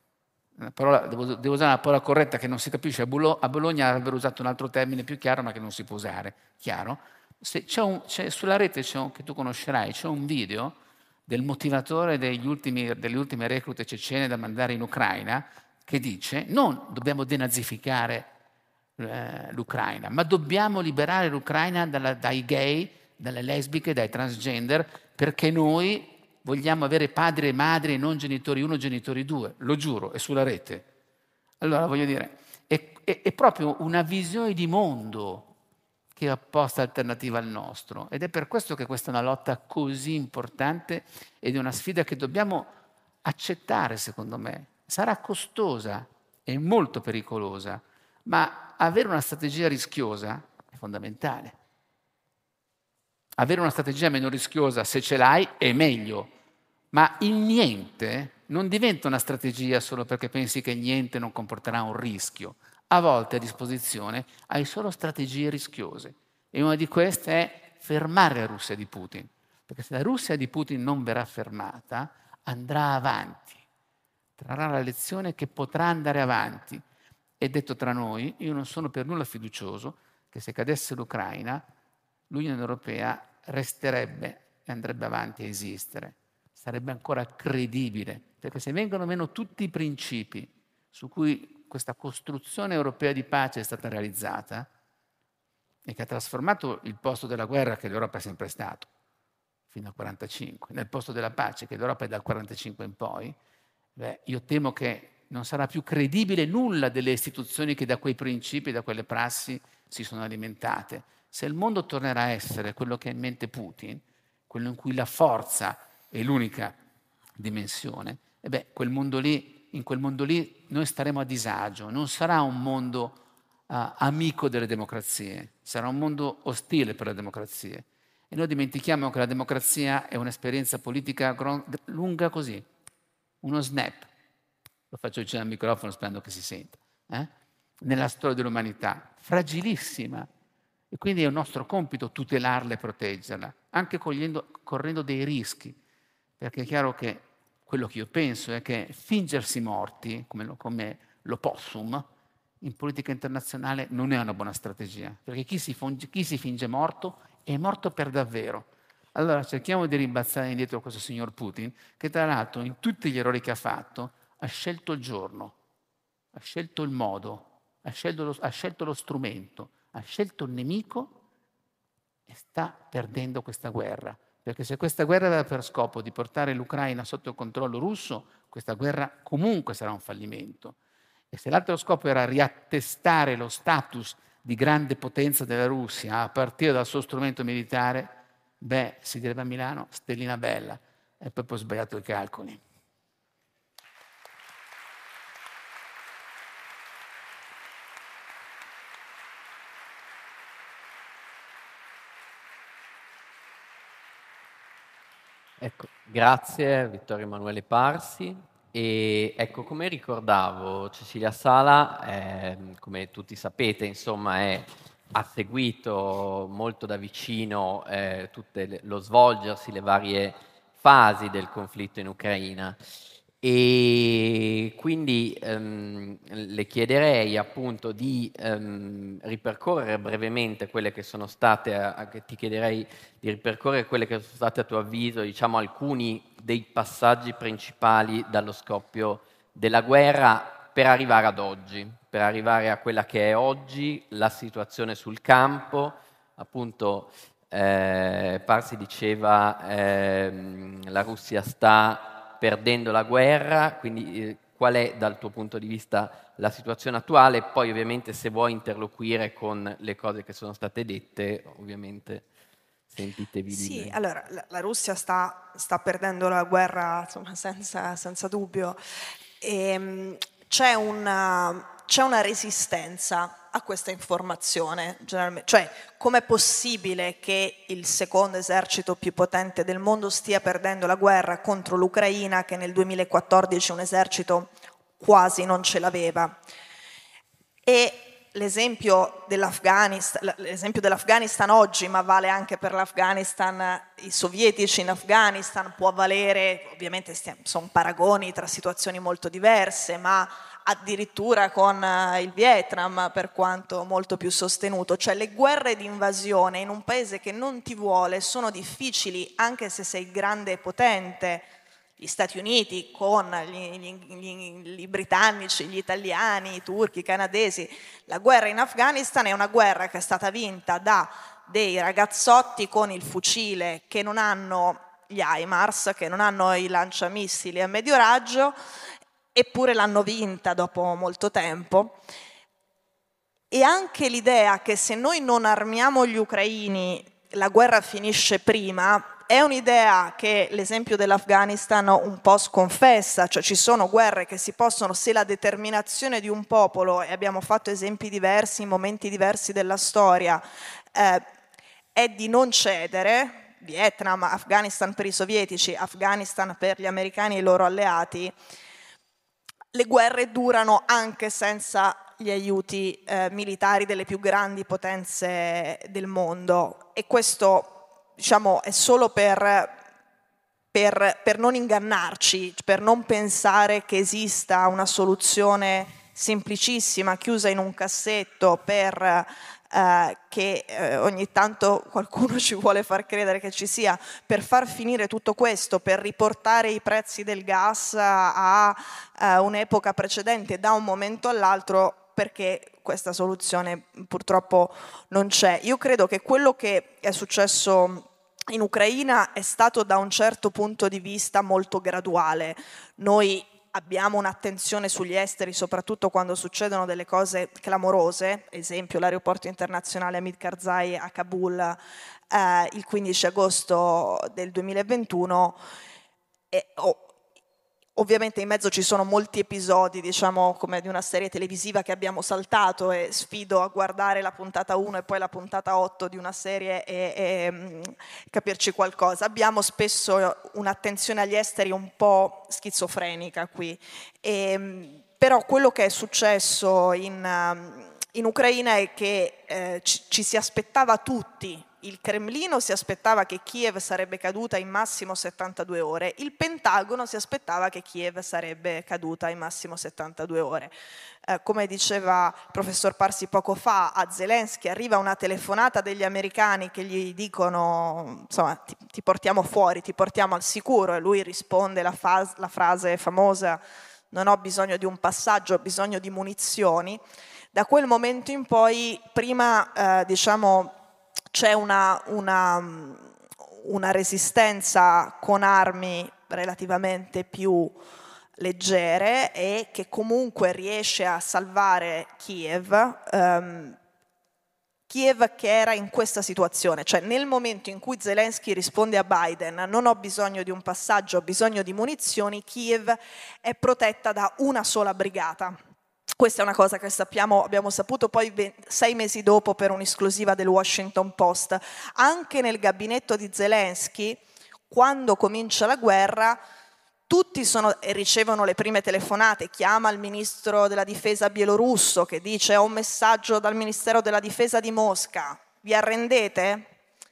Devo usare una parola corretta che non si capisce. A Bologna avrebbero usato un altro termine più chiaro, ma che non si può usare. Chiaro? Sulla rete che tu conoscerai, c'è un video del motivatore delle ultime reclute cecene da mandare in Ucraina che dice: non dobbiamo denazificare l'Ucraina, ma dobbiamo liberare l'Ucraina dai gay, dalle lesbiche, dai transgender, perché noi vogliamo avere padri e madri e non genitori 1, genitori 2, lo giuro, è sulla rete. Allora voglio dire, è proprio una visione di mondo che è opposta alternativa al nostro, ed è per questo che questa è una lotta così importante ed è una sfida che dobbiamo accettare, secondo me. Sarà costosa e molto pericolosa, ma avere una strategia rischiosa è fondamentale. Avere una strategia meno rischiosa, se ce l'hai, è meglio, ma il niente non diventa una strategia solo perché pensi che il niente non comporterà un rischio. A volte a disposizione hai solo strategie rischiose e una di queste è fermare la Russia di Putin, perché se la Russia di Putin non verrà fermata, andrà avanti, trarrà la lezione che potrà andare avanti. E detto tra noi, io non sono per nulla fiducioso che se cadesse l'Ucraina, l'Unione Europea resterebbe e andrebbe avanti a esistere. Sarebbe ancora credibile, perché se vengono meno tutti i principi su cui questa costruzione europea di pace è stata realizzata e che ha trasformato il posto della guerra che l'Europa è sempre stato, fino al 1945, nel posto della pace che l'Europa è dal 1945 in poi, io temo che non sarà più credibile nulla delle istituzioni che da quei principi, da quelle prassi si sono alimentate. Se il mondo tornerà a essere quello che ha in mente Putin, quello in cui la forza è l'unica dimensione, in quel mondo lì noi staremo a disagio. Non sarà un mondo amico delle democrazie, sarà un mondo ostile per le democrazie. E noi dimentichiamo che la democrazia è un'esperienza politica lunga così, uno snap. Lo faccio vicino al microfono sperando che si senta. Nella storia dell'umanità, fragilissima. E quindi è un nostro compito tutelarla e proteggerla, anche correndo dei rischi. Perché è chiaro che quello che io penso è che fingersi morti, come l'opossum, in politica internazionale non è una buona strategia. Perché chi si finge morto è morto per davvero. Allora cerchiamo di rimbalzare indietro questo signor Putin, che tra l'altro in tutti gli errori che ha fatto ha scelto il giorno, ha scelto il modo, ha scelto lo strumento, ha scelto il nemico e sta perdendo questa guerra. Perché se questa guerra aveva per scopo di portare l'Ucraina sotto il controllo russo, questa guerra comunque sarà un fallimento. E se l'altro scopo era riattestare lo status di grande potenza della Russia a partire dal suo strumento militare, si direbbe a Milano, stellina bella, e poi ho sbagliato i calcoli. Ecco, grazie Vittorio Emanuele Parsi. E ecco, come ricordavo, Cecilia Sala, come tutti sapete, insomma, è ha seguito molto da vicino lo svolgersi, le varie fasi del conflitto in Ucraina. E quindi le chiederei appunto di ripercorrere brevemente quelle che sono state, ti chiederei di ripercorrere quelle che sono state a tuo avviso, diciamo, alcuni dei passaggi principali dallo scoppio della guerra per arrivare ad oggi, per arrivare a quella che è oggi la situazione sul campo. Appunto Parsi diceva la Russia sta perdendo la guerra, quindi qual è dal tuo punto di vista la situazione attuale? Poi ovviamente se vuoi interloquire con le cose che sono state dette, ovviamente sentitevi Sì, liberi. allora la Russia sta perdendo la guerra, insomma, senza dubbio. C'è una resistenza a questa informazione, generalmente. Cioè, com'è possibile che il secondo esercito più potente del mondo stia perdendo la guerra contro l'Ucraina, che nel 2014 un esercito quasi non ce l'aveva? E l'esempio dell'Afghanistan oggi, ma vale anche per l'Afghanistan, i sovietici in Afghanistan, può valere, ovviamente sono paragoni tra situazioni molto diverse, ma addirittura con il Vietnam, per quanto molto più sostenuto. Cioè, le guerre di invasione in un paese che non ti vuole sono difficili, anche se sei grande e potente. Gli Stati Uniti con i britannici, gli italiani, i turchi, i canadesi. La guerra in Afghanistan è una guerra che è stata vinta da dei ragazzotti con il fucile che non hanno gli HIMARS, che non hanno i lanciamissili a medio raggio, eppure l'hanno vinta dopo molto tempo. E anche l'idea che se noi non armiamo gli ucraini la guerra finisce prima è un'idea che l'esempio dell'Afghanistan un po' sconfessa. Cioè, ci sono guerre che si possono, se la determinazione di un popolo, e abbiamo fatto esempi diversi in momenti diversi della storia, è di non cedere. Vietnam, Afghanistan per i sovietici, Afghanistan per gli americani e i loro alleati. Le guerre durano anche senza gli aiuti militari delle più grandi potenze del mondo, e questo, diciamo, è solo per non ingannarci, per non pensare che esista una soluzione semplicissima chiusa in un cassetto che ogni tanto qualcuno ci vuole far credere che ci sia, per far finire tutto questo, per riportare i prezzi del gas a un'epoca precedente da un momento all'altro, perché questa soluzione purtroppo non c'è. Io credo che quello che è successo in Ucraina è stato da un certo punto di vista molto graduale. Noi abbiamo un'attenzione sugli esteri, soprattutto quando succedono delle cose clamorose, esempio l'aeroporto internazionale Hamid Karzai a Kabul il 15 agosto del 2021, ovviamente in mezzo ci sono molti episodi, diciamo, come di una serie televisiva che abbiamo saltato, e sfido a guardare la puntata 1 e poi la puntata 8 di una serie e capirci qualcosa. Abbiamo spesso un'attenzione agli esteri un po' schizofrenica qui. Però quello che è successo in Ucraina è che ci si aspettava tutti. Il Cremlino si aspettava che Kiev sarebbe caduta in massimo 72 ore, il Pentagono si aspettava che Kiev sarebbe caduta in massimo 72 ore. Come diceva il professor Parsi poco fa, a Zelensky arriva una telefonata degli americani che gli dicono, insomma, ti portiamo fuori, ti portiamo al sicuro, e lui risponde la frase famosa: non ho bisogno di un passaggio, ho bisogno di munizioni. Da quel momento in poi, prima diciamo, c'è una resistenza con armi relativamente più leggere e che comunque riesce a salvare Kiev, che era in questa situazione. Cioè, nel momento in cui Zelensky risponde a Biden non ho bisogno di un passaggio, ho bisogno di munizioni, Kiev è protetta da una sola brigata. Questa è una cosa che abbiamo saputo poi 6 mesi dopo per un'esclusiva del Washington Post. Anche nel gabinetto di Zelensky, quando comincia la guerra, tutti ricevono le prime telefonate, chiama il ministro della difesa bielorusso che dice: ho un messaggio dal ministero della difesa di Mosca, vi arrendete?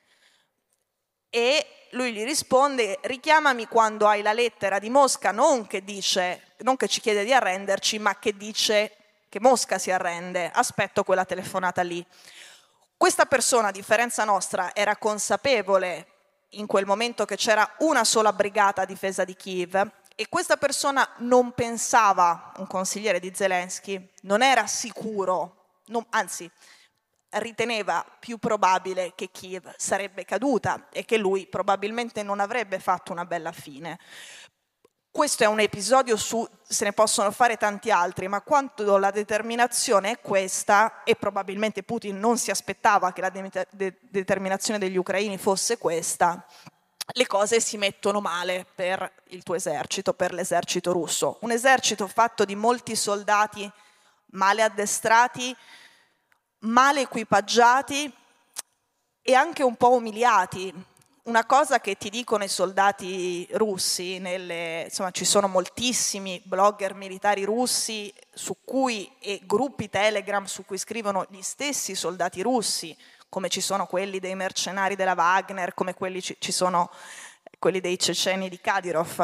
E lui gli risponde: richiamami quando hai la lettera di Mosca, non che ci chiede di arrenderci, ma che dice che Mosca si arrende, aspetto quella telefonata lì. Questa persona, a differenza nostra, era consapevole in quel momento che c'era una sola brigata a difesa di Kiev, e questa persona non pensava, un consigliere di Zelensky, non era sicuro, anzi riteneva più probabile che Kiev sarebbe caduta e che lui probabilmente non avrebbe fatto una bella fine. Questo è un episodio, se ne possono fare tanti altri, ma quando la determinazione è questa, e probabilmente Putin non si aspettava che la determinazione degli ucraini fosse questa, le cose si mettono male per il tuo esercito, per l'esercito russo. Un esercito fatto di molti soldati male addestrati, male equipaggiati e anche un po' umiliati. Una cosa che ti dicono i soldati russi, insomma ci sono moltissimi blogger militari russi e gruppi Telegram su cui scrivono gli stessi soldati russi, come ci sono quelli dei mercenari della Wagner, come ci sono quelli dei ceceni di Kadyrov,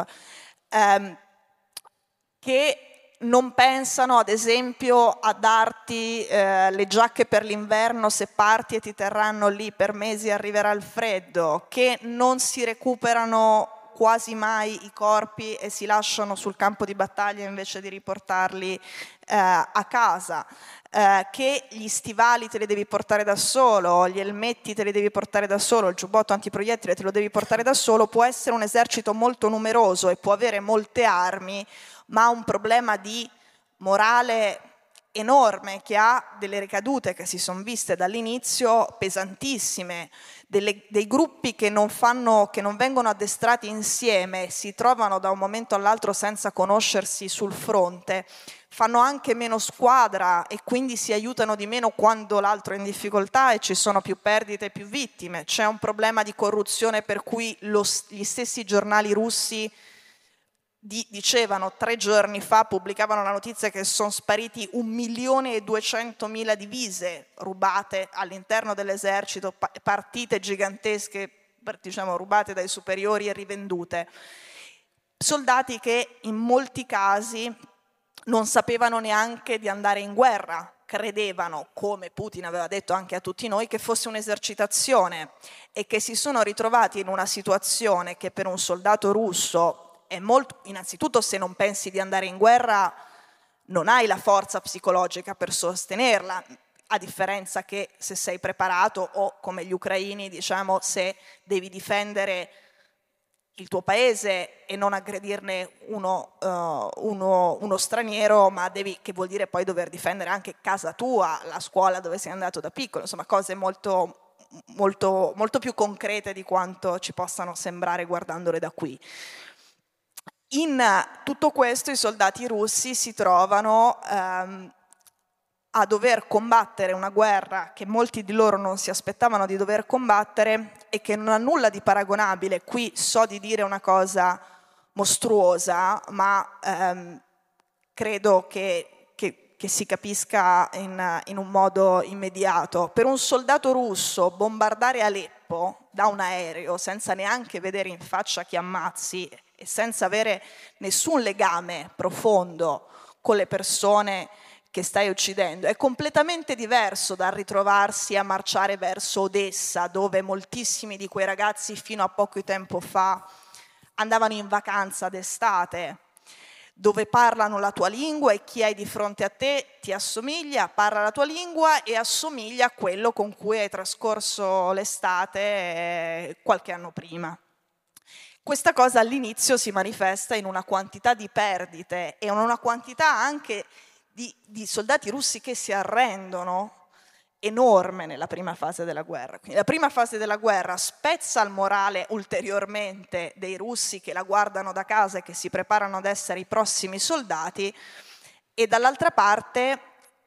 che non pensano, ad esempio, a darti le giacche per l'inverno se parti e ti terranno lì per mesi e arriverà il freddo, che non si recuperano quasi mai i corpi e si lasciano sul campo di battaglia invece di riportarli a casa, che gli stivali te li devi portare da solo, gli elmetti te li devi portare da solo, il giubbotto antiproiettile te lo devi portare da solo. Può essere un esercito molto numeroso e può avere molte armi, ma ha un problema di morale enorme, che ha delle ricadute che si sono viste dall'inizio pesantissime. Dei gruppi che non vengono addestrati insieme, si trovano da un momento all'altro senza conoscersi sul fronte, fanno anche meno squadra e quindi si aiutano di meno quando l'altro è in difficoltà e ci sono più perdite e più vittime. C'è un problema di corruzione per cui gli stessi giornali russi dicevano 3 giorni fa, pubblicavano la notizia che sono spariti 1.200.000 divise rubate all'interno dell'esercito, partite gigantesche, diciamo, rubate dai superiori e rivendute. Soldati che in molti casi non sapevano neanche di andare in guerra, credevano, come Putin aveva detto anche a tutti noi, che fosse un'esercitazione, e che si sono ritrovati in una situazione che per un soldato russo è molto, innanzitutto, se non pensi di andare in guerra non hai la forza psicologica per sostenerla, a differenza che se sei preparato, o come gli ucraini, diciamo, se devi difendere il tuo paese e non aggredirne uno straniero, ma che vuol dire poi dover difendere anche casa tua, la scuola dove sei andato da piccolo, insomma cose molto, molto, molto più concrete di quanto ci possano sembrare guardandole da qui. In tutto questo i soldati russi si trovano a dover combattere una guerra che molti di loro non si aspettavano di dover combattere e che non ha nulla di paragonabile. Qui so di dire una cosa mostruosa, ma credo che si capisca in un modo immediato. Per un soldato russo bombardare Aleppo da un aereo senza neanche vedere in faccia chi ammazzi e senza avere nessun legame profondo con le persone che stai uccidendo è completamente diverso dal ritrovarsi a marciare verso Odessa, dove moltissimi di quei ragazzi fino a poco tempo fa andavano in vacanza d'estate, dove parlano la tua lingua e chi hai di fronte a te ti assomiglia, parla la tua lingua e assomiglia a quello con cui hai trascorso l'estate qualche anno prima. Questa cosa all'inizio si manifesta in una quantità di perdite e in una quantità anche di soldati russi che si arrendono enorme nella prima fase della guerra. Quindi la prima fase della guerra spezza il morale ulteriormente dei russi che la guardano da casa e che si preparano ad essere i prossimi soldati, e dall'altra parte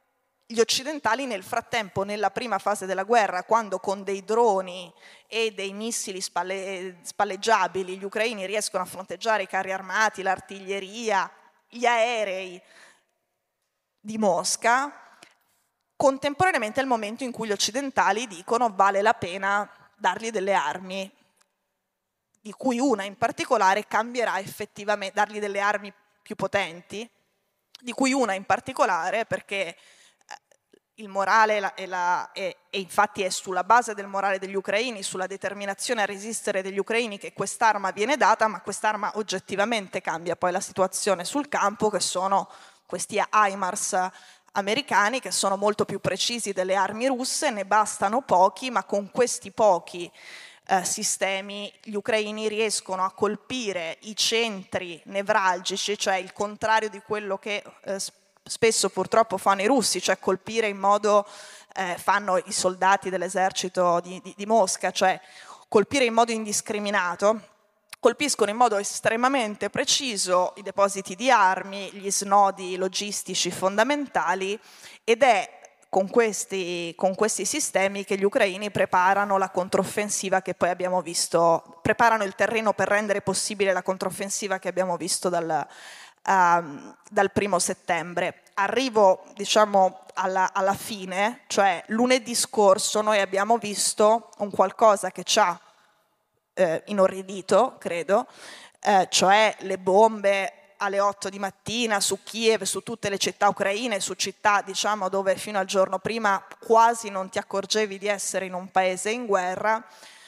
gli occidentali nel frattempo, nella prima fase della guerra, quando con dei droni e dei missili spalleggiabili gli ucraini riescono a fronteggiare i carri armati, l'artiglieria, gli aerei di Mosca, contemporaneamente è il momento in cui gli occidentali dicono vale la pena dargli delle armi, di cui una in particolare cambierà effettivamente, dargli delle armi più potenti, di cui una in particolare perché il morale e infatti è sulla base del morale degli ucraini, sulla determinazione a resistere degli ucraini che quest'arma viene data, ma quest'arma oggettivamente cambia poi la situazione sul campo, che sono questi HIMARS americani, che sono molto più precisi delle armi russe, ne bastano pochi, ma con questi pochi sistemi gli ucraini riescono a colpire i centri nevralgici, cioè il contrario di quello che spesso purtroppo fanno i russi, cioè colpire in modo, fanno i soldati dell'esercito di Mosca, cioè colpire in modo indiscriminato, colpiscono in modo estremamente preciso i depositi di armi, gli snodi logistici fondamentali, ed è con questi sistemi che gli ucraini preparano la controffensiva che poi abbiamo visto, preparano il terreno per rendere possibile la controffensiva che abbiamo visto dal 1° settembre. Arrivo, diciamo, alla fine, cioè lunedì scorso noi abbiamo visto un qualcosa che ci ha inorridito, credo, cioè le bombe alle 8 di mattina su Kiev, su tutte le città ucraine, su città, diciamo, dove fino al giorno prima quasi non ti accorgevi di essere in un paese in guerra,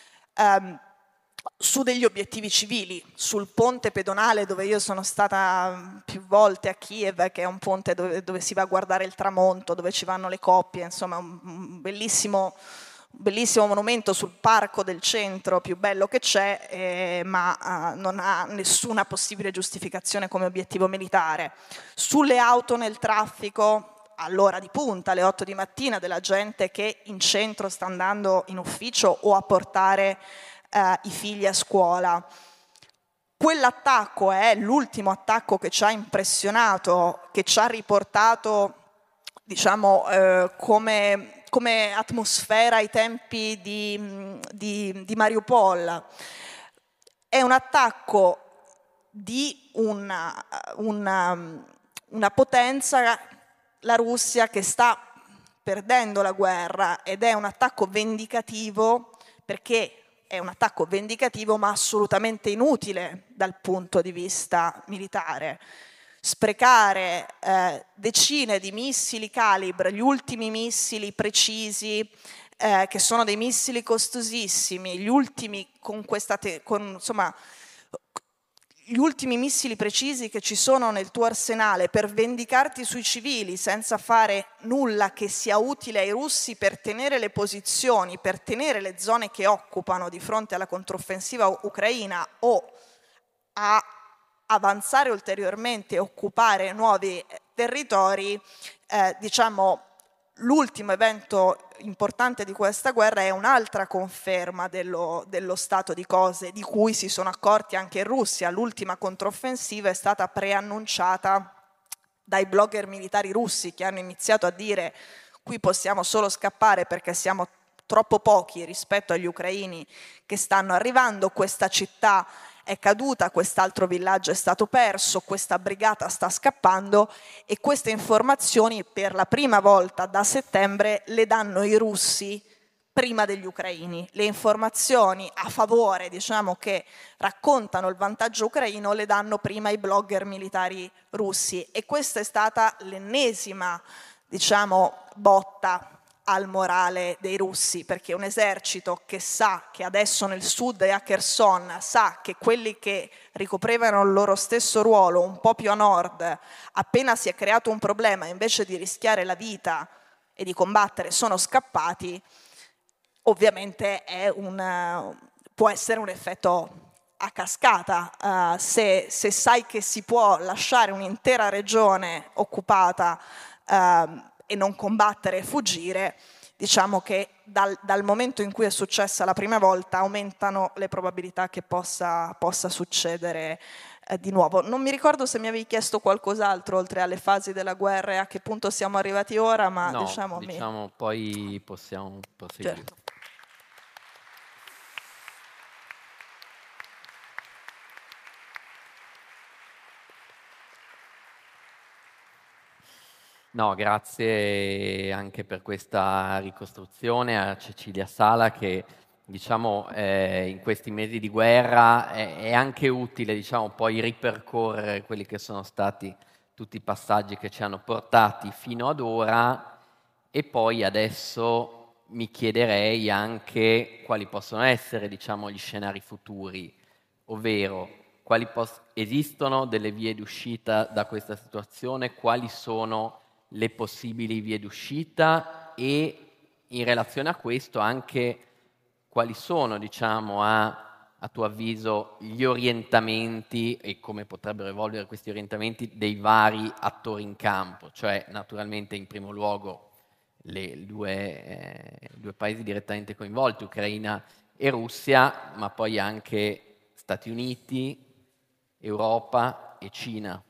su degli obiettivi civili, sul ponte pedonale dove io sono stata più volte a Kiev, che è un ponte dove si va a guardare il tramonto, dove ci vanno le coppie, insomma un bellissimo monumento sul parco del centro più bello che c'è, ma non ha nessuna possibile giustificazione come obiettivo militare. Sulle auto nel traffico, all'ora di punta, alle 8 di mattina, della gente che in centro sta andando in ufficio o a portare i figli a scuola. Quell'attacco è l'ultimo attacco che ci ha impressionato, che ci ha riportato, diciamo, come atmosfera ai tempi di Mariupol. È un attacco di una potenza, la Russia, che sta perdendo la guerra, ed è un attacco vendicativo, perché è un attacco vendicativo ma assolutamente inutile dal punto di vista militare. Sprecare decine di missili Kalibr, gli ultimi missili precisi, che sono dei missili costosissimi, gli ultimi gli ultimi missili precisi che ci sono nel tuo arsenale per vendicarti sui civili senza fare nulla che sia utile ai russi per tenere le posizioni, per tenere le zone che occupano di fronte alla controffensiva ucraina o a avanzare ulteriormente e occupare nuovi territori, diciamo, l'ultimo evento importante di questa guerra è un'altra conferma dello stato di cose di cui si sono accorti anche in Russia. L'ultima controffensiva è stata preannunciata dai blogger militari russi, che hanno iniziato a dire: qui possiamo solo scappare perché siamo troppo pochi rispetto agli ucraini che stanno arrivando, questa città è caduta, quest'altro villaggio è stato perso, questa brigata sta scappando, e queste informazioni per la prima volta da settembre le danno i russi prima degli ucraini. Le informazioni a favore, diciamo, che raccontano il vantaggio ucraino le danno prima i blogger militari russi, e questa è stata l'ennesima, diciamo, botta al morale dei russi, perché un esercito che sa che adesso nel sud e a Kherson sa che quelli che ricoprivano il loro stesso ruolo un po' più a nord, appena si è creato un problema, invece di rischiare la vita e di combattere, sono scappati, ovviamente può essere un effetto a cascata. Se sai che si può lasciare un'intera regione occupata e non combattere e fuggire, diciamo che dal momento in cui è successa la prima volta aumentano le probabilità che possa succedere di nuovo. Non mi ricordo se mi avevi chiesto qualcos'altro oltre alle fasi della guerra e a che punto siamo arrivati ora, ma no, diciamo poi possiamo proseguire. Certo. No, grazie anche per questa ricostruzione a Cecilia Sala che diciamo in questi mesi di guerra è anche utile diciamo poi ripercorrere quelli che sono stati tutti i passaggi che ci hanno portati fino ad ora e poi adesso mi chiederei anche quali possono essere diciamo gli scenari futuri, ovvero esistono delle vie d'uscita da questa situazione, quali sono le possibili vie d'uscita e in relazione a questo anche quali sono, diciamo, a tuo avviso gli orientamenti e come potrebbero evolvere questi orientamenti dei vari attori in campo, cioè naturalmente in primo luogo i due paesi direttamente coinvolti, Ucraina e Russia, ma poi anche Stati Uniti, Europa e Cina.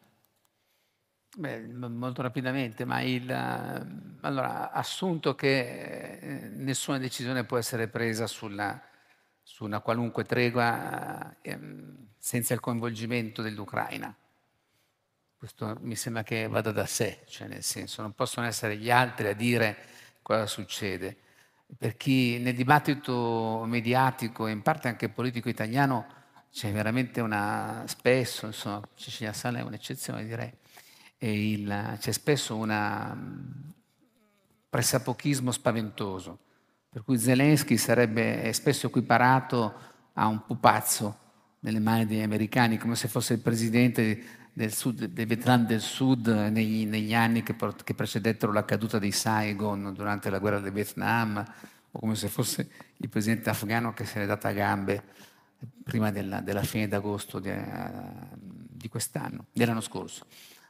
Beh, molto rapidamente, ma allora, assunto che nessuna decisione può essere presa su una qualunque tregua senza il coinvolgimento dell'Ucraina. Questo mi sembra che vada da sé, cioè nel senso non possono essere gli altri a dire cosa succede. Per chi nel dibattito mediatico e in parte anche politico italiano c'è veramente spesso, insomma, Cecilia Sala è un'eccezione direi, c'è spesso un pressapochismo spaventoso, per cui Zelensky sarebbe spesso equiparato a un pupazzo nelle mani degli americani, come se fosse il presidente del Vietnam del Sud negli anni che precedettero la caduta di Saigon durante la guerra del Vietnam, o come se fosse il presidente afghano che se n'è data a gambe prima della fine d'agosto di quest'anno, dell'anno scorso.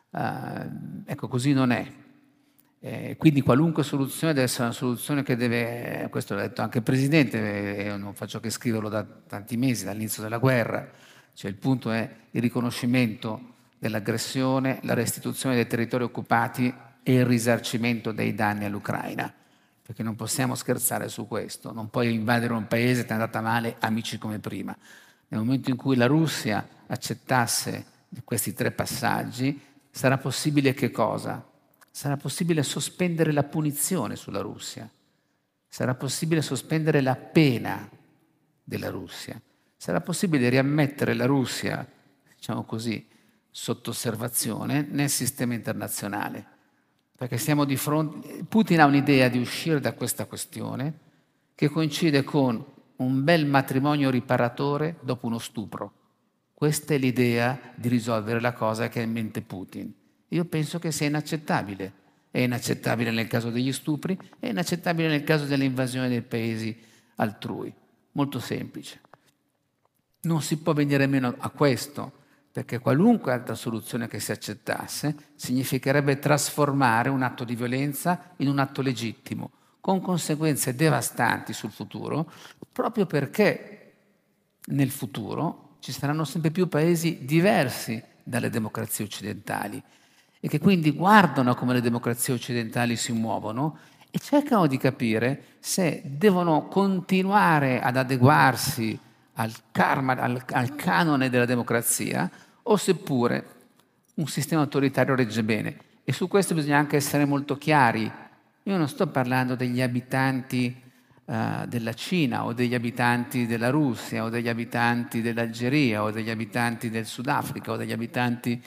Ecco, così non è. Quindi qualunque soluzione deve essere una soluzione che deve, questo l'ha detto anche il Presidente, io non faccio che scriverlo da tanti mesi, dall'inizio della guerra, cioè il punto è il riconoscimento dell'aggressione, la restituzione dei territori occupati e il risarcimento dei danni all'Ucraina, perché non possiamo scherzare su questo, non puoi invadere un paese e ti è andata male, amici come prima. Nel momento in cui la Russia accettasse questi 3 passaggi, sarà possibile che cosa? Sarà possibile sospendere la punizione sulla Russia, sarà possibile sospendere la pena della Russia, sarà possibile riammettere la Russia, diciamo così, sotto osservazione nel sistema internazionale, perché siamo di fronte. Putin ha un'idea di uscire da questa questione che coincide con un bel matrimonio riparatore dopo uno stupro. Questa è l'idea di risolvere la cosa che ha in mente Putin. Io penso che sia inaccettabile. È inaccettabile nel caso degli stupri, è inaccettabile nel caso dell'invasione dei paesi altrui. Molto semplice. Non si può venire meno a questo, perché qualunque altra soluzione che si accettasse significherebbe trasformare un atto di violenza in un atto legittimo, con conseguenze devastanti sul futuro, proprio perché nel futuro ci saranno sempre più paesi diversi dalle democrazie occidentali e che quindi guardano come le democrazie occidentali si muovono e cercano di capire se devono continuare ad adeguarsi al canone della democrazia o seppure un sistema autoritario regge bene. E su questo bisogna anche essere molto chiari. Io non sto parlando degli abitanti della Cina o degli abitanti della Russia o degli abitanti dell'Algeria o degli abitanti del Sudafrica o degli abitanti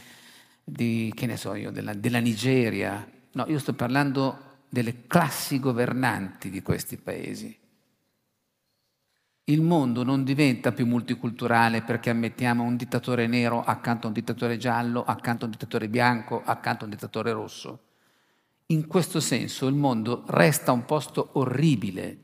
della Nigeria. No, io sto parlando delle classi governanti di questi paesi. Il mondo non diventa più multiculturale perché ammettiamo un dittatore nero accanto a un dittatore giallo, accanto a un dittatore bianco, accanto a un dittatore rosso. In questo senso il mondo resta un posto orribile.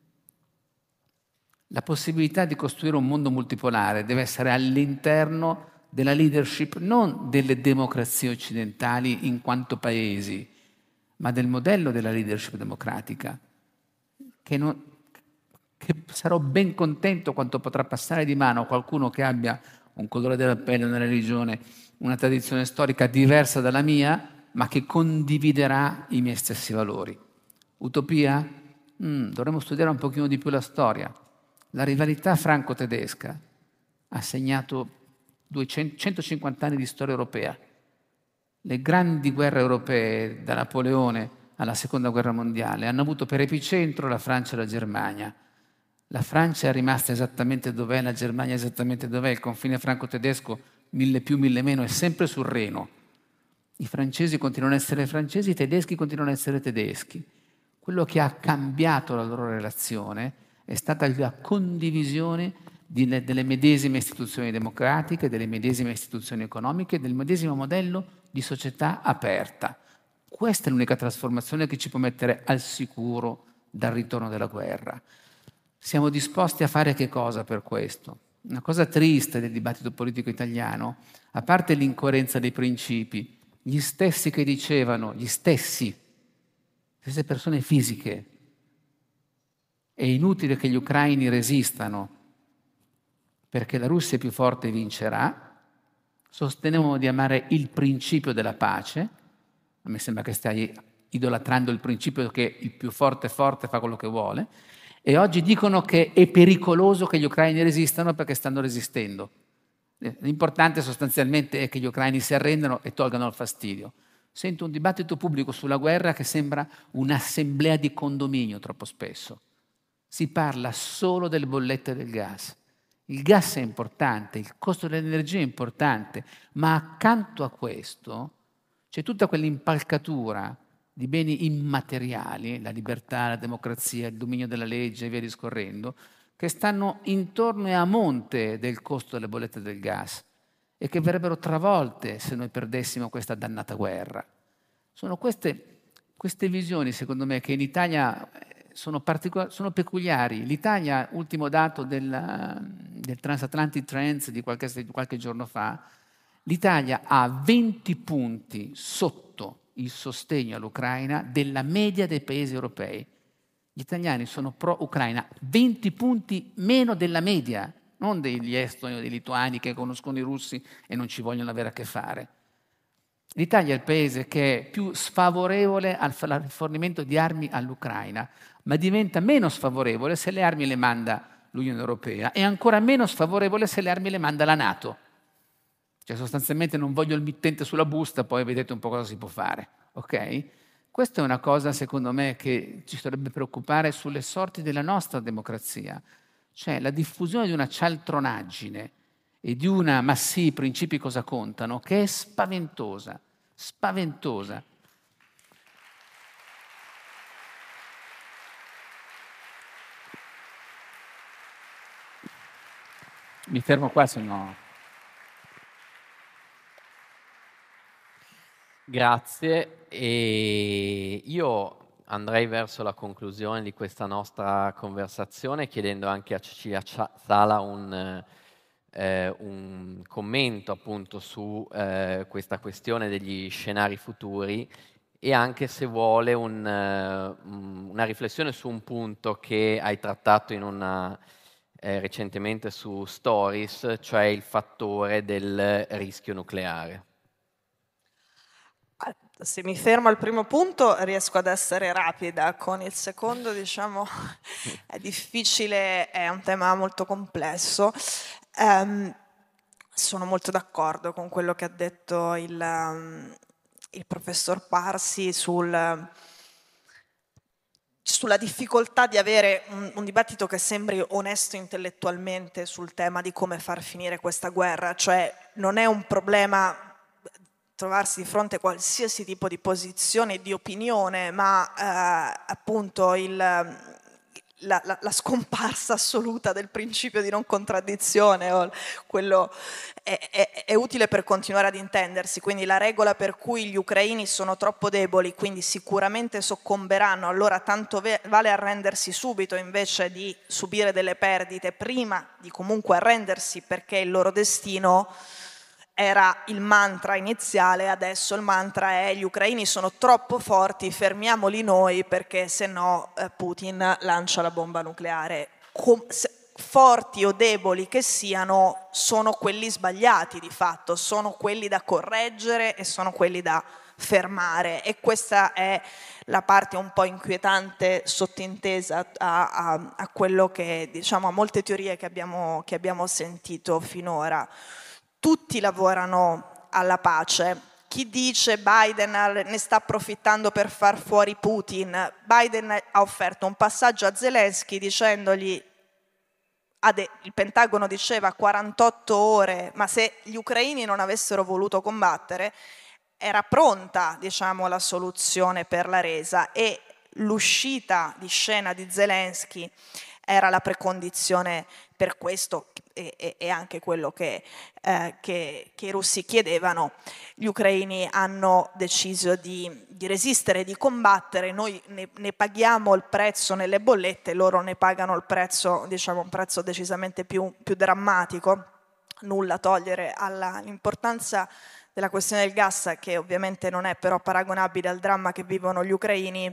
La possibilità di costruire un mondo multipolare deve essere all'interno della leadership non delle democrazie occidentali in quanto paesi, ma del modello della leadership democratica. che sarò ben contento quando potrà passare di mano a qualcuno che abbia un colore della pelle, una religione, una tradizione storica diversa dalla mia, ma che condividerà i miei stessi valori. Utopia? Dovremmo studiare un pochino di più la storia. La rivalità franco-tedesca ha segnato 150 anni di storia europea. Le grandi guerre europee, da Napoleone alla Seconda Guerra Mondiale, hanno avuto per epicentro la Francia e la Germania. La Francia è rimasta esattamente dov'è, la Germania è esattamente dov'è, il confine franco-tedesco, 1000 più, 1000 meno, è sempre sul Reno. I francesi continuano ad essere francesi, i tedeschi continuano ad essere tedeschi. Quello che ha cambiato la loro relazione è stata la condivisione delle medesime istituzioni democratiche, delle medesime istituzioni economiche, del medesimo modello di società aperta. Questa è l'unica trasformazione che ci può mettere al sicuro dal ritorno della guerra. Siamo disposti a fare che cosa per questo? Una cosa triste del dibattito politico italiano, a parte l'incoerenza dei principi, gli stesse persone fisiche, è inutile che gli ucraini resistano perché la Russia è più forte e vincerà, sostenevano di amare il principio della pace, a me sembra che stai idolatrando il principio che il più forte fa quello che vuole, e oggi dicono che è pericoloso che gli ucraini resistano perché stanno resistendo. L'importante sostanzialmente è che gli ucraini si arrendano e tolgano il fastidio. Sento un dibattito pubblico sulla guerra che sembra un'assemblea di condominio troppo spesso. Si parla solo delle bollette del gas. Il gas è importante, il costo dell'energia è importante, ma accanto a questo c'è tutta quell'impalcatura di beni immateriali, la libertà, la democrazia, il dominio della legge e via discorrendo, che stanno intorno e a monte del costo delle bollette del gas e che verrebbero travolte se noi perdessimo questa dannata guerra. Sono queste visioni, secondo me, che in Italia sono peculiari. L'Italia, ultimo dato del Transatlantic Trends di qualche giorno fa, l'Italia ha 20 punti sotto il sostegno all'Ucraina della media dei paesi europei. Gli italiani sono pro-Ucraina, 20 punti meno della media, non degli estoni o dei lituani che conoscono i russi e non ci vogliono avere a che fare. L'Italia è il paese che è più sfavorevole al fornimento di armi all'Ucraina, ma diventa meno sfavorevole se le armi le manda l'Unione Europea e ancora meno sfavorevole se le armi le manda la NATO. Cioè sostanzialmente non voglio il mittente sulla busta, poi vedete un po' cosa si può fare, ok? Questa è una cosa, secondo me, che ci dovrebbe preoccupare sulle sorti della nostra democrazia, cioè la diffusione di una cialtronaggine e di una «ma sì, i principi cosa contano», che è spaventosa, spaventosa. Mi fermo qua, se no... Grazie, e io andrei verso la conclusione di questa nostra conversazione chiedendo anche a Cecilia Sala un commento appunto su questa questione degli scenari futuri e anche, se vuole, una riflessione su un punto che hai trattato recentemente su Stories, cioè il fattore del rischio nucleare. Se mi fermo al primo punto riesco ad essere rapida, con il secondo diciamo è difficile, è un tema molto complesso. Sono molto d'accordo con quello che ha detto il professor Parsi sulla difficoltà di avere un dibattito che sembri onesto intellettualmente sul tema di come far finire questa guerra, cioè non è un problema trovarsi di fronte a qualsiasi tipo di posizione e di opinione, ma appunto la scomparsa assoluta del principio di non contraddizione, quello è utile per continuare ad intendersi, quindi la regola per cui gli ucraini sono troppo deboli, quindi sicuramente soccomberanno, allora tanto vale arrendersi subito invece di subire delle perdite, prima di comunque arrendersi perché il loro destino era il mantra iniziale, adesso il mantra è: gli ucraini sono troppo forti, fermiamoli noi perché se no Putin lancia la bomba nucleare. Forti o deboli che siano, sono quelli sbagliati di fatto, sono quelli da correggere e sono quelli da fermare, e questa è la parte un po' inquietante sottintesa a quello che, diciamo, a molte teorie che abbiamo sentito finora. Tutti lavorano alla pace. Chi dice Biden ne sta approfittando per far fuori Putin? Biden ha offerto un passaggio a Zelensky dicendogli, il Pentagono diceva 48 ore, ma se gli ucraini non avessero voluto combattere, era pronta, diciamo, la soluzione per la resa, e l'uscita di scena di Zelensky era la precondizione per questo, e anche quello che i russi chiedevano. Gli ucraini hanno deciso di resistere, di combattere. Noi ne paghiamo il prezzo nelle bollette, loro ne pagano il prezzo, diciamo un prezzo decisamente più drammatico. Nulla a togliere all'importanza della questione del gas, che ovviamente non è però paragonabile al dramma che vivono gli ucraini.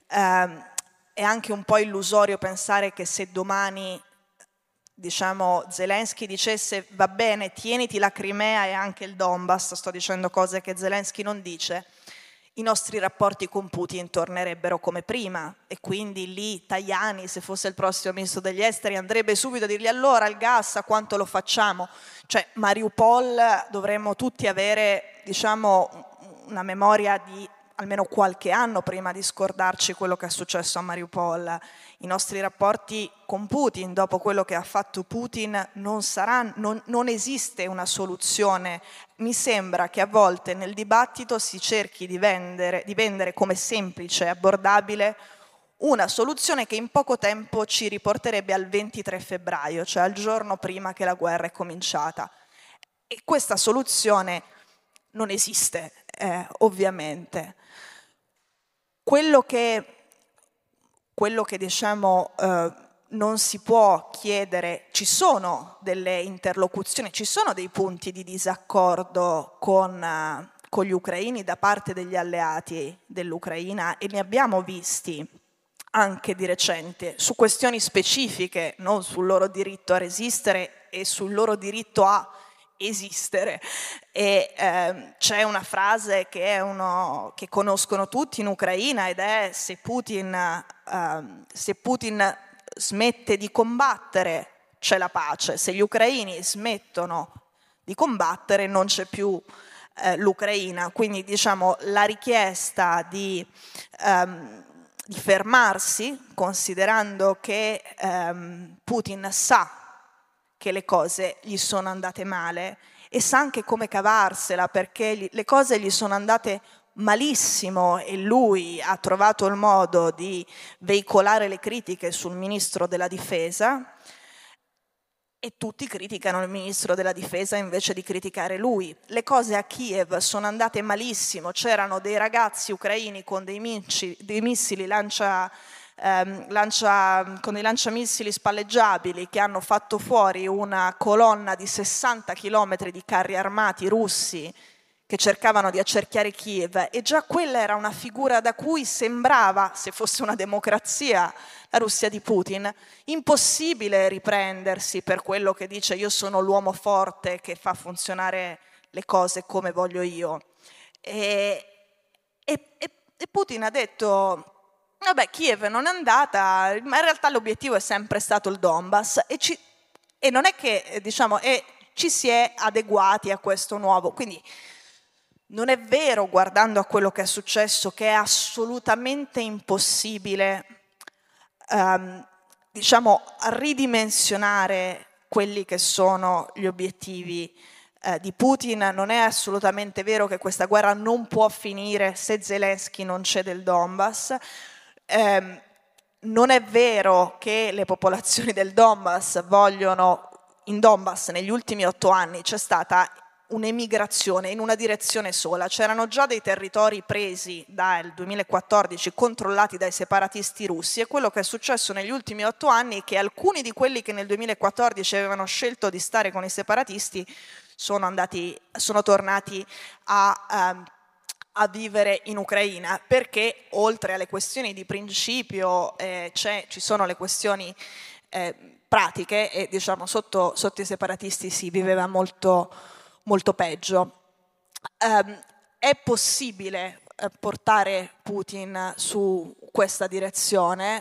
È anche un po' illusorio pensare che se domani, diciamo, Zelensky dicesse va bene, tieniti la Crimea e anche il Donbass, sto dicendo cose che Zelensky non dice, i nostri rapporti con Putin tornerebbero come prima, e quindi lì Tajani, se fosse il prossimo ministro degli esteri, andrebbe subito a dirgli: allora il gas a quanto lo facciamo? Cioè, Mariupol dovremmo tutti avere, diciamo, una memoria di almeno qualche anno prima di scordarci quello che è successo a Mariupol. I nostri rapporti con Putin, dopo quello che ha fatto Putin, non esiste una soluzione. Mi sembra che a volte nel dibattito si cerchi di vendere come semplice e abbordabile una soluzione che in poco tempo ci riporterebbe al 23 febbraio, cioè al giorno prima che la guerra è cominciata. E questa soluzione non esiste, ovviamente. Quello che diciamo non si può chiedere, ci sono delle interlocuzioni, ci sono dei punti di disaccordo con gli ucraini da parte degli alleati dell'Ucraina, e ne abbiamo visti anche di recente su questioni specifiche, non sul loro diritto a resistere e sul loro diritto a esistere. E c'è una frase che conoscono tutti in Ucraina, ed è: se Putin smette di combattere c'è la pace, se gli ucraini smettono di combattere non c'è più l'Ucraina. Quindi, diciamo, la richiesta di fermarsi, considerando che Putin sa che le cose gli sono andate male e sa anche come cavarsela, perché le cose gli sono andate malissimo e lui ha trovato il modo di veicolare le critiche sul ministro della difesa, e tutti criticano il ministro della difesa invece di criticare lui. Le cose a Kiev sono andate malissimo, c'erano dei ragazzi ucraini con dei missili con dei lanciamissili spalleggiabili che hanno fatto fuori una colonna di 60 chilometri di carri armati russi che cercavano di accerchiare Kiev, e già quella era una figura da cui sembrava, se fosse una democrazia, la Russia di Putin, impossibile riprendersi per quello che dice: io sono l'uomo forte che fa funzionare le cose come voglio io. E Putin ha detto: vabbè, Kiev non è andata, ma in realtà l'obiettivo è sempre stato il Donbass, e non è che, diciamo, ci si è adeguati a questo nuovo. Quindi non è vero, guardando a quello che è successo, che è assolutamente impossibile, diciamo, ridimensionare quelli che sono gli obiettivi di Putin. Non è assolutamente vero che questa guerra non può finire se Zelensky non cede il Donbass. Non è vero che le popolazioni del Donbass vogliono. In Donbass negli ultimi 8 anni c'è stata un'emigrazione in una direzione sola. C'erano già dei territori presi dal 2014, controllati dai separatisti russi, e quello che è successo negli ultimi 8 anni è che alcuni di quelli che nel 2014 avevano scelto di stare con i separatisti sono tornati a vivere in Ucraina, perché oltre alle questioni di principio ci sono le questioni pratiche, e diciamo sotto i separatisti si viveva molto, molto peggio. È possibile portare Putin su questa direzione.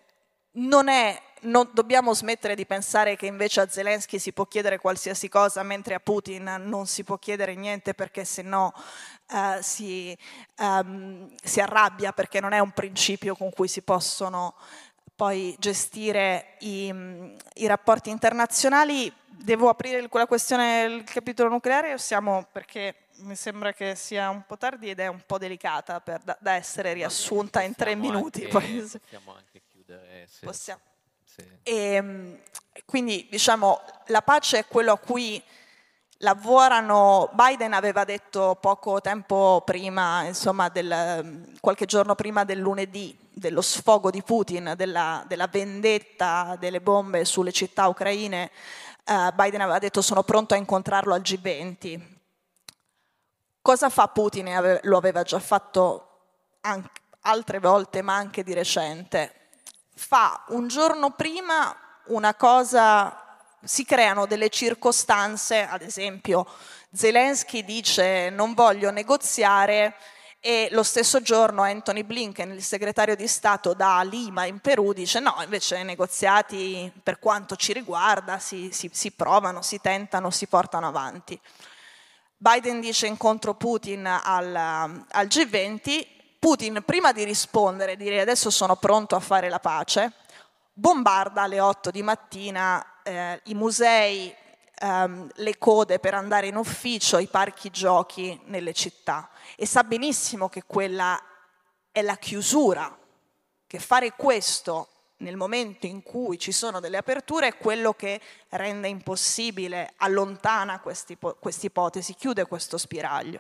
Non dobbiamo smettere di pensare che invece a Zelensky si può chiedere qualsiasi cosa, mentre a Putin non si può chiedere niente, perché sennò si arrabbia, perché non è un principio con cui si possono poi gestire i rapporti internazionali. Devo aprire quella questione del capitolo nucleare o siamo, perché mi sembra che sia un po' tardi ed è un po' delicata da essere riassunta in 3 minuti. Possiamo anche chiudere. Possiamo. Sì. E quindi diciamo la pace è quello a cui lavorano. Biden aveva detto poco tempo prima, insomma qualche giorno prima del lunedì, dello sfogo di Putin, della vendetta delle bombe sulle città ucraine, Biden aveva detto: sono pronto a incontrarlo al G20. Cosa fa Putin? Lo aveva già fatto anche altre volte, ma anche di recente. Fa un giorno prima una cosa, si creano delle circostanze, ad esempio Zelensky dice non voglio negoziare, e lo stesso giorno Anthony Blinken, il segretario di Stato da Lima in Perù, dice no, invece i negoziati per quanto ci riguarda si provano, si tentano, si portano avanti. Biden dice incontro Putin al G20, Putin prima di rispondere, dire adesso sono pronto a fare la pace, bombarda alle 8 di mattina i musei, le code per andare in ufficio, i parchi giochi nelle città, e sa benissimo che quella è la chiusura, che fare questo nel momento in cui ci sono delle aperture è quello che rende impossibile, allontana questa ipotesi, chiude questo spiraglio.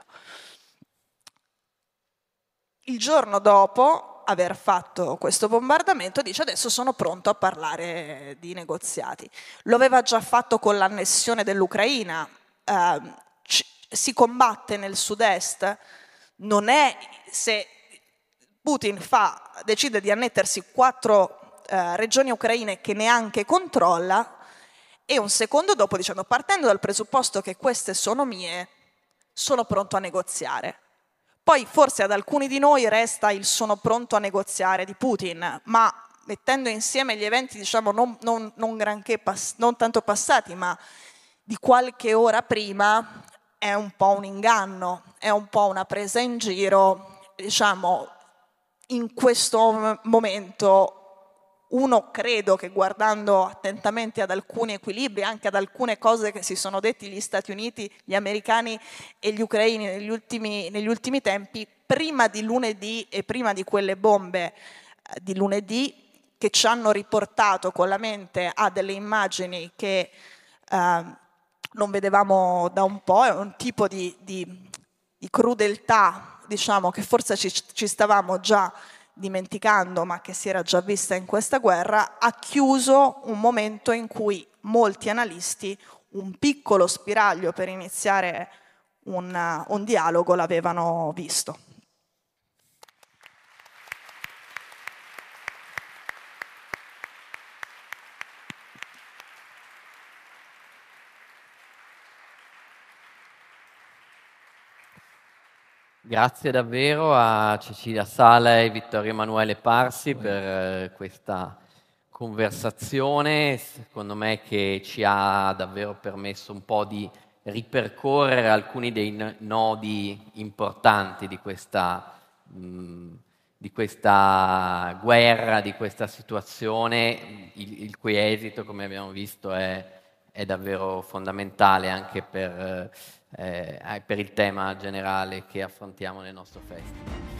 Il giorno dopo aver fatto questo bombardamento dice adesso sono pronto a parlare di negoziati. Lo aveva già fatto con l'annessione dell'Ucraina, si combatte nel sud-est, non è se Putin decide di annettersi 4 regioni ucraine che neanche controlla, e un secondo dopo dicendo partendo dal presupposto che queste sono mie, sono pronto a negoziare. Poi forse ad alcuni di noi resta il sono pronto a negoziare di Putin, ma mettendo insieme gli eventi, diciamo, non granché non tanto passati, ma di qualche ora prima, è un po' un inganno, è un po' una presa in giro. Diciamo, in questo momento uno, credo che guardando attentamente ad alcuni equilibri, anche ad alcune cose che si sono detti gli Stati Uniti, gli americani e gli ucraini negli ultimi tempi, prima di lunedì e prima di quelle bombe di lunedì che ci hanno riportato con la mente a delle immagini che non vedevamo da un po', è un tipo di crudeltà, diciamo, che forse ci stavamo già dimenticando, ma che si era già vista in questa guerra, ha chiuso un momento in cui molti analisti un piccolo spiraglio per iniziare un dialogo l'avevano visto. Grazie davvero a Cecilia Sala e Vittorio Emanuele Parsi per questa conversazione, secondo me che ci ha davvero permesso un po' di ripercorrere alcuni dei nodi importanti di questa guerra, di questa situazione, il cui esito, come abbiamo visto, è davvero fondamentale anche per il tema generale che affrontiamo nel nostro festival.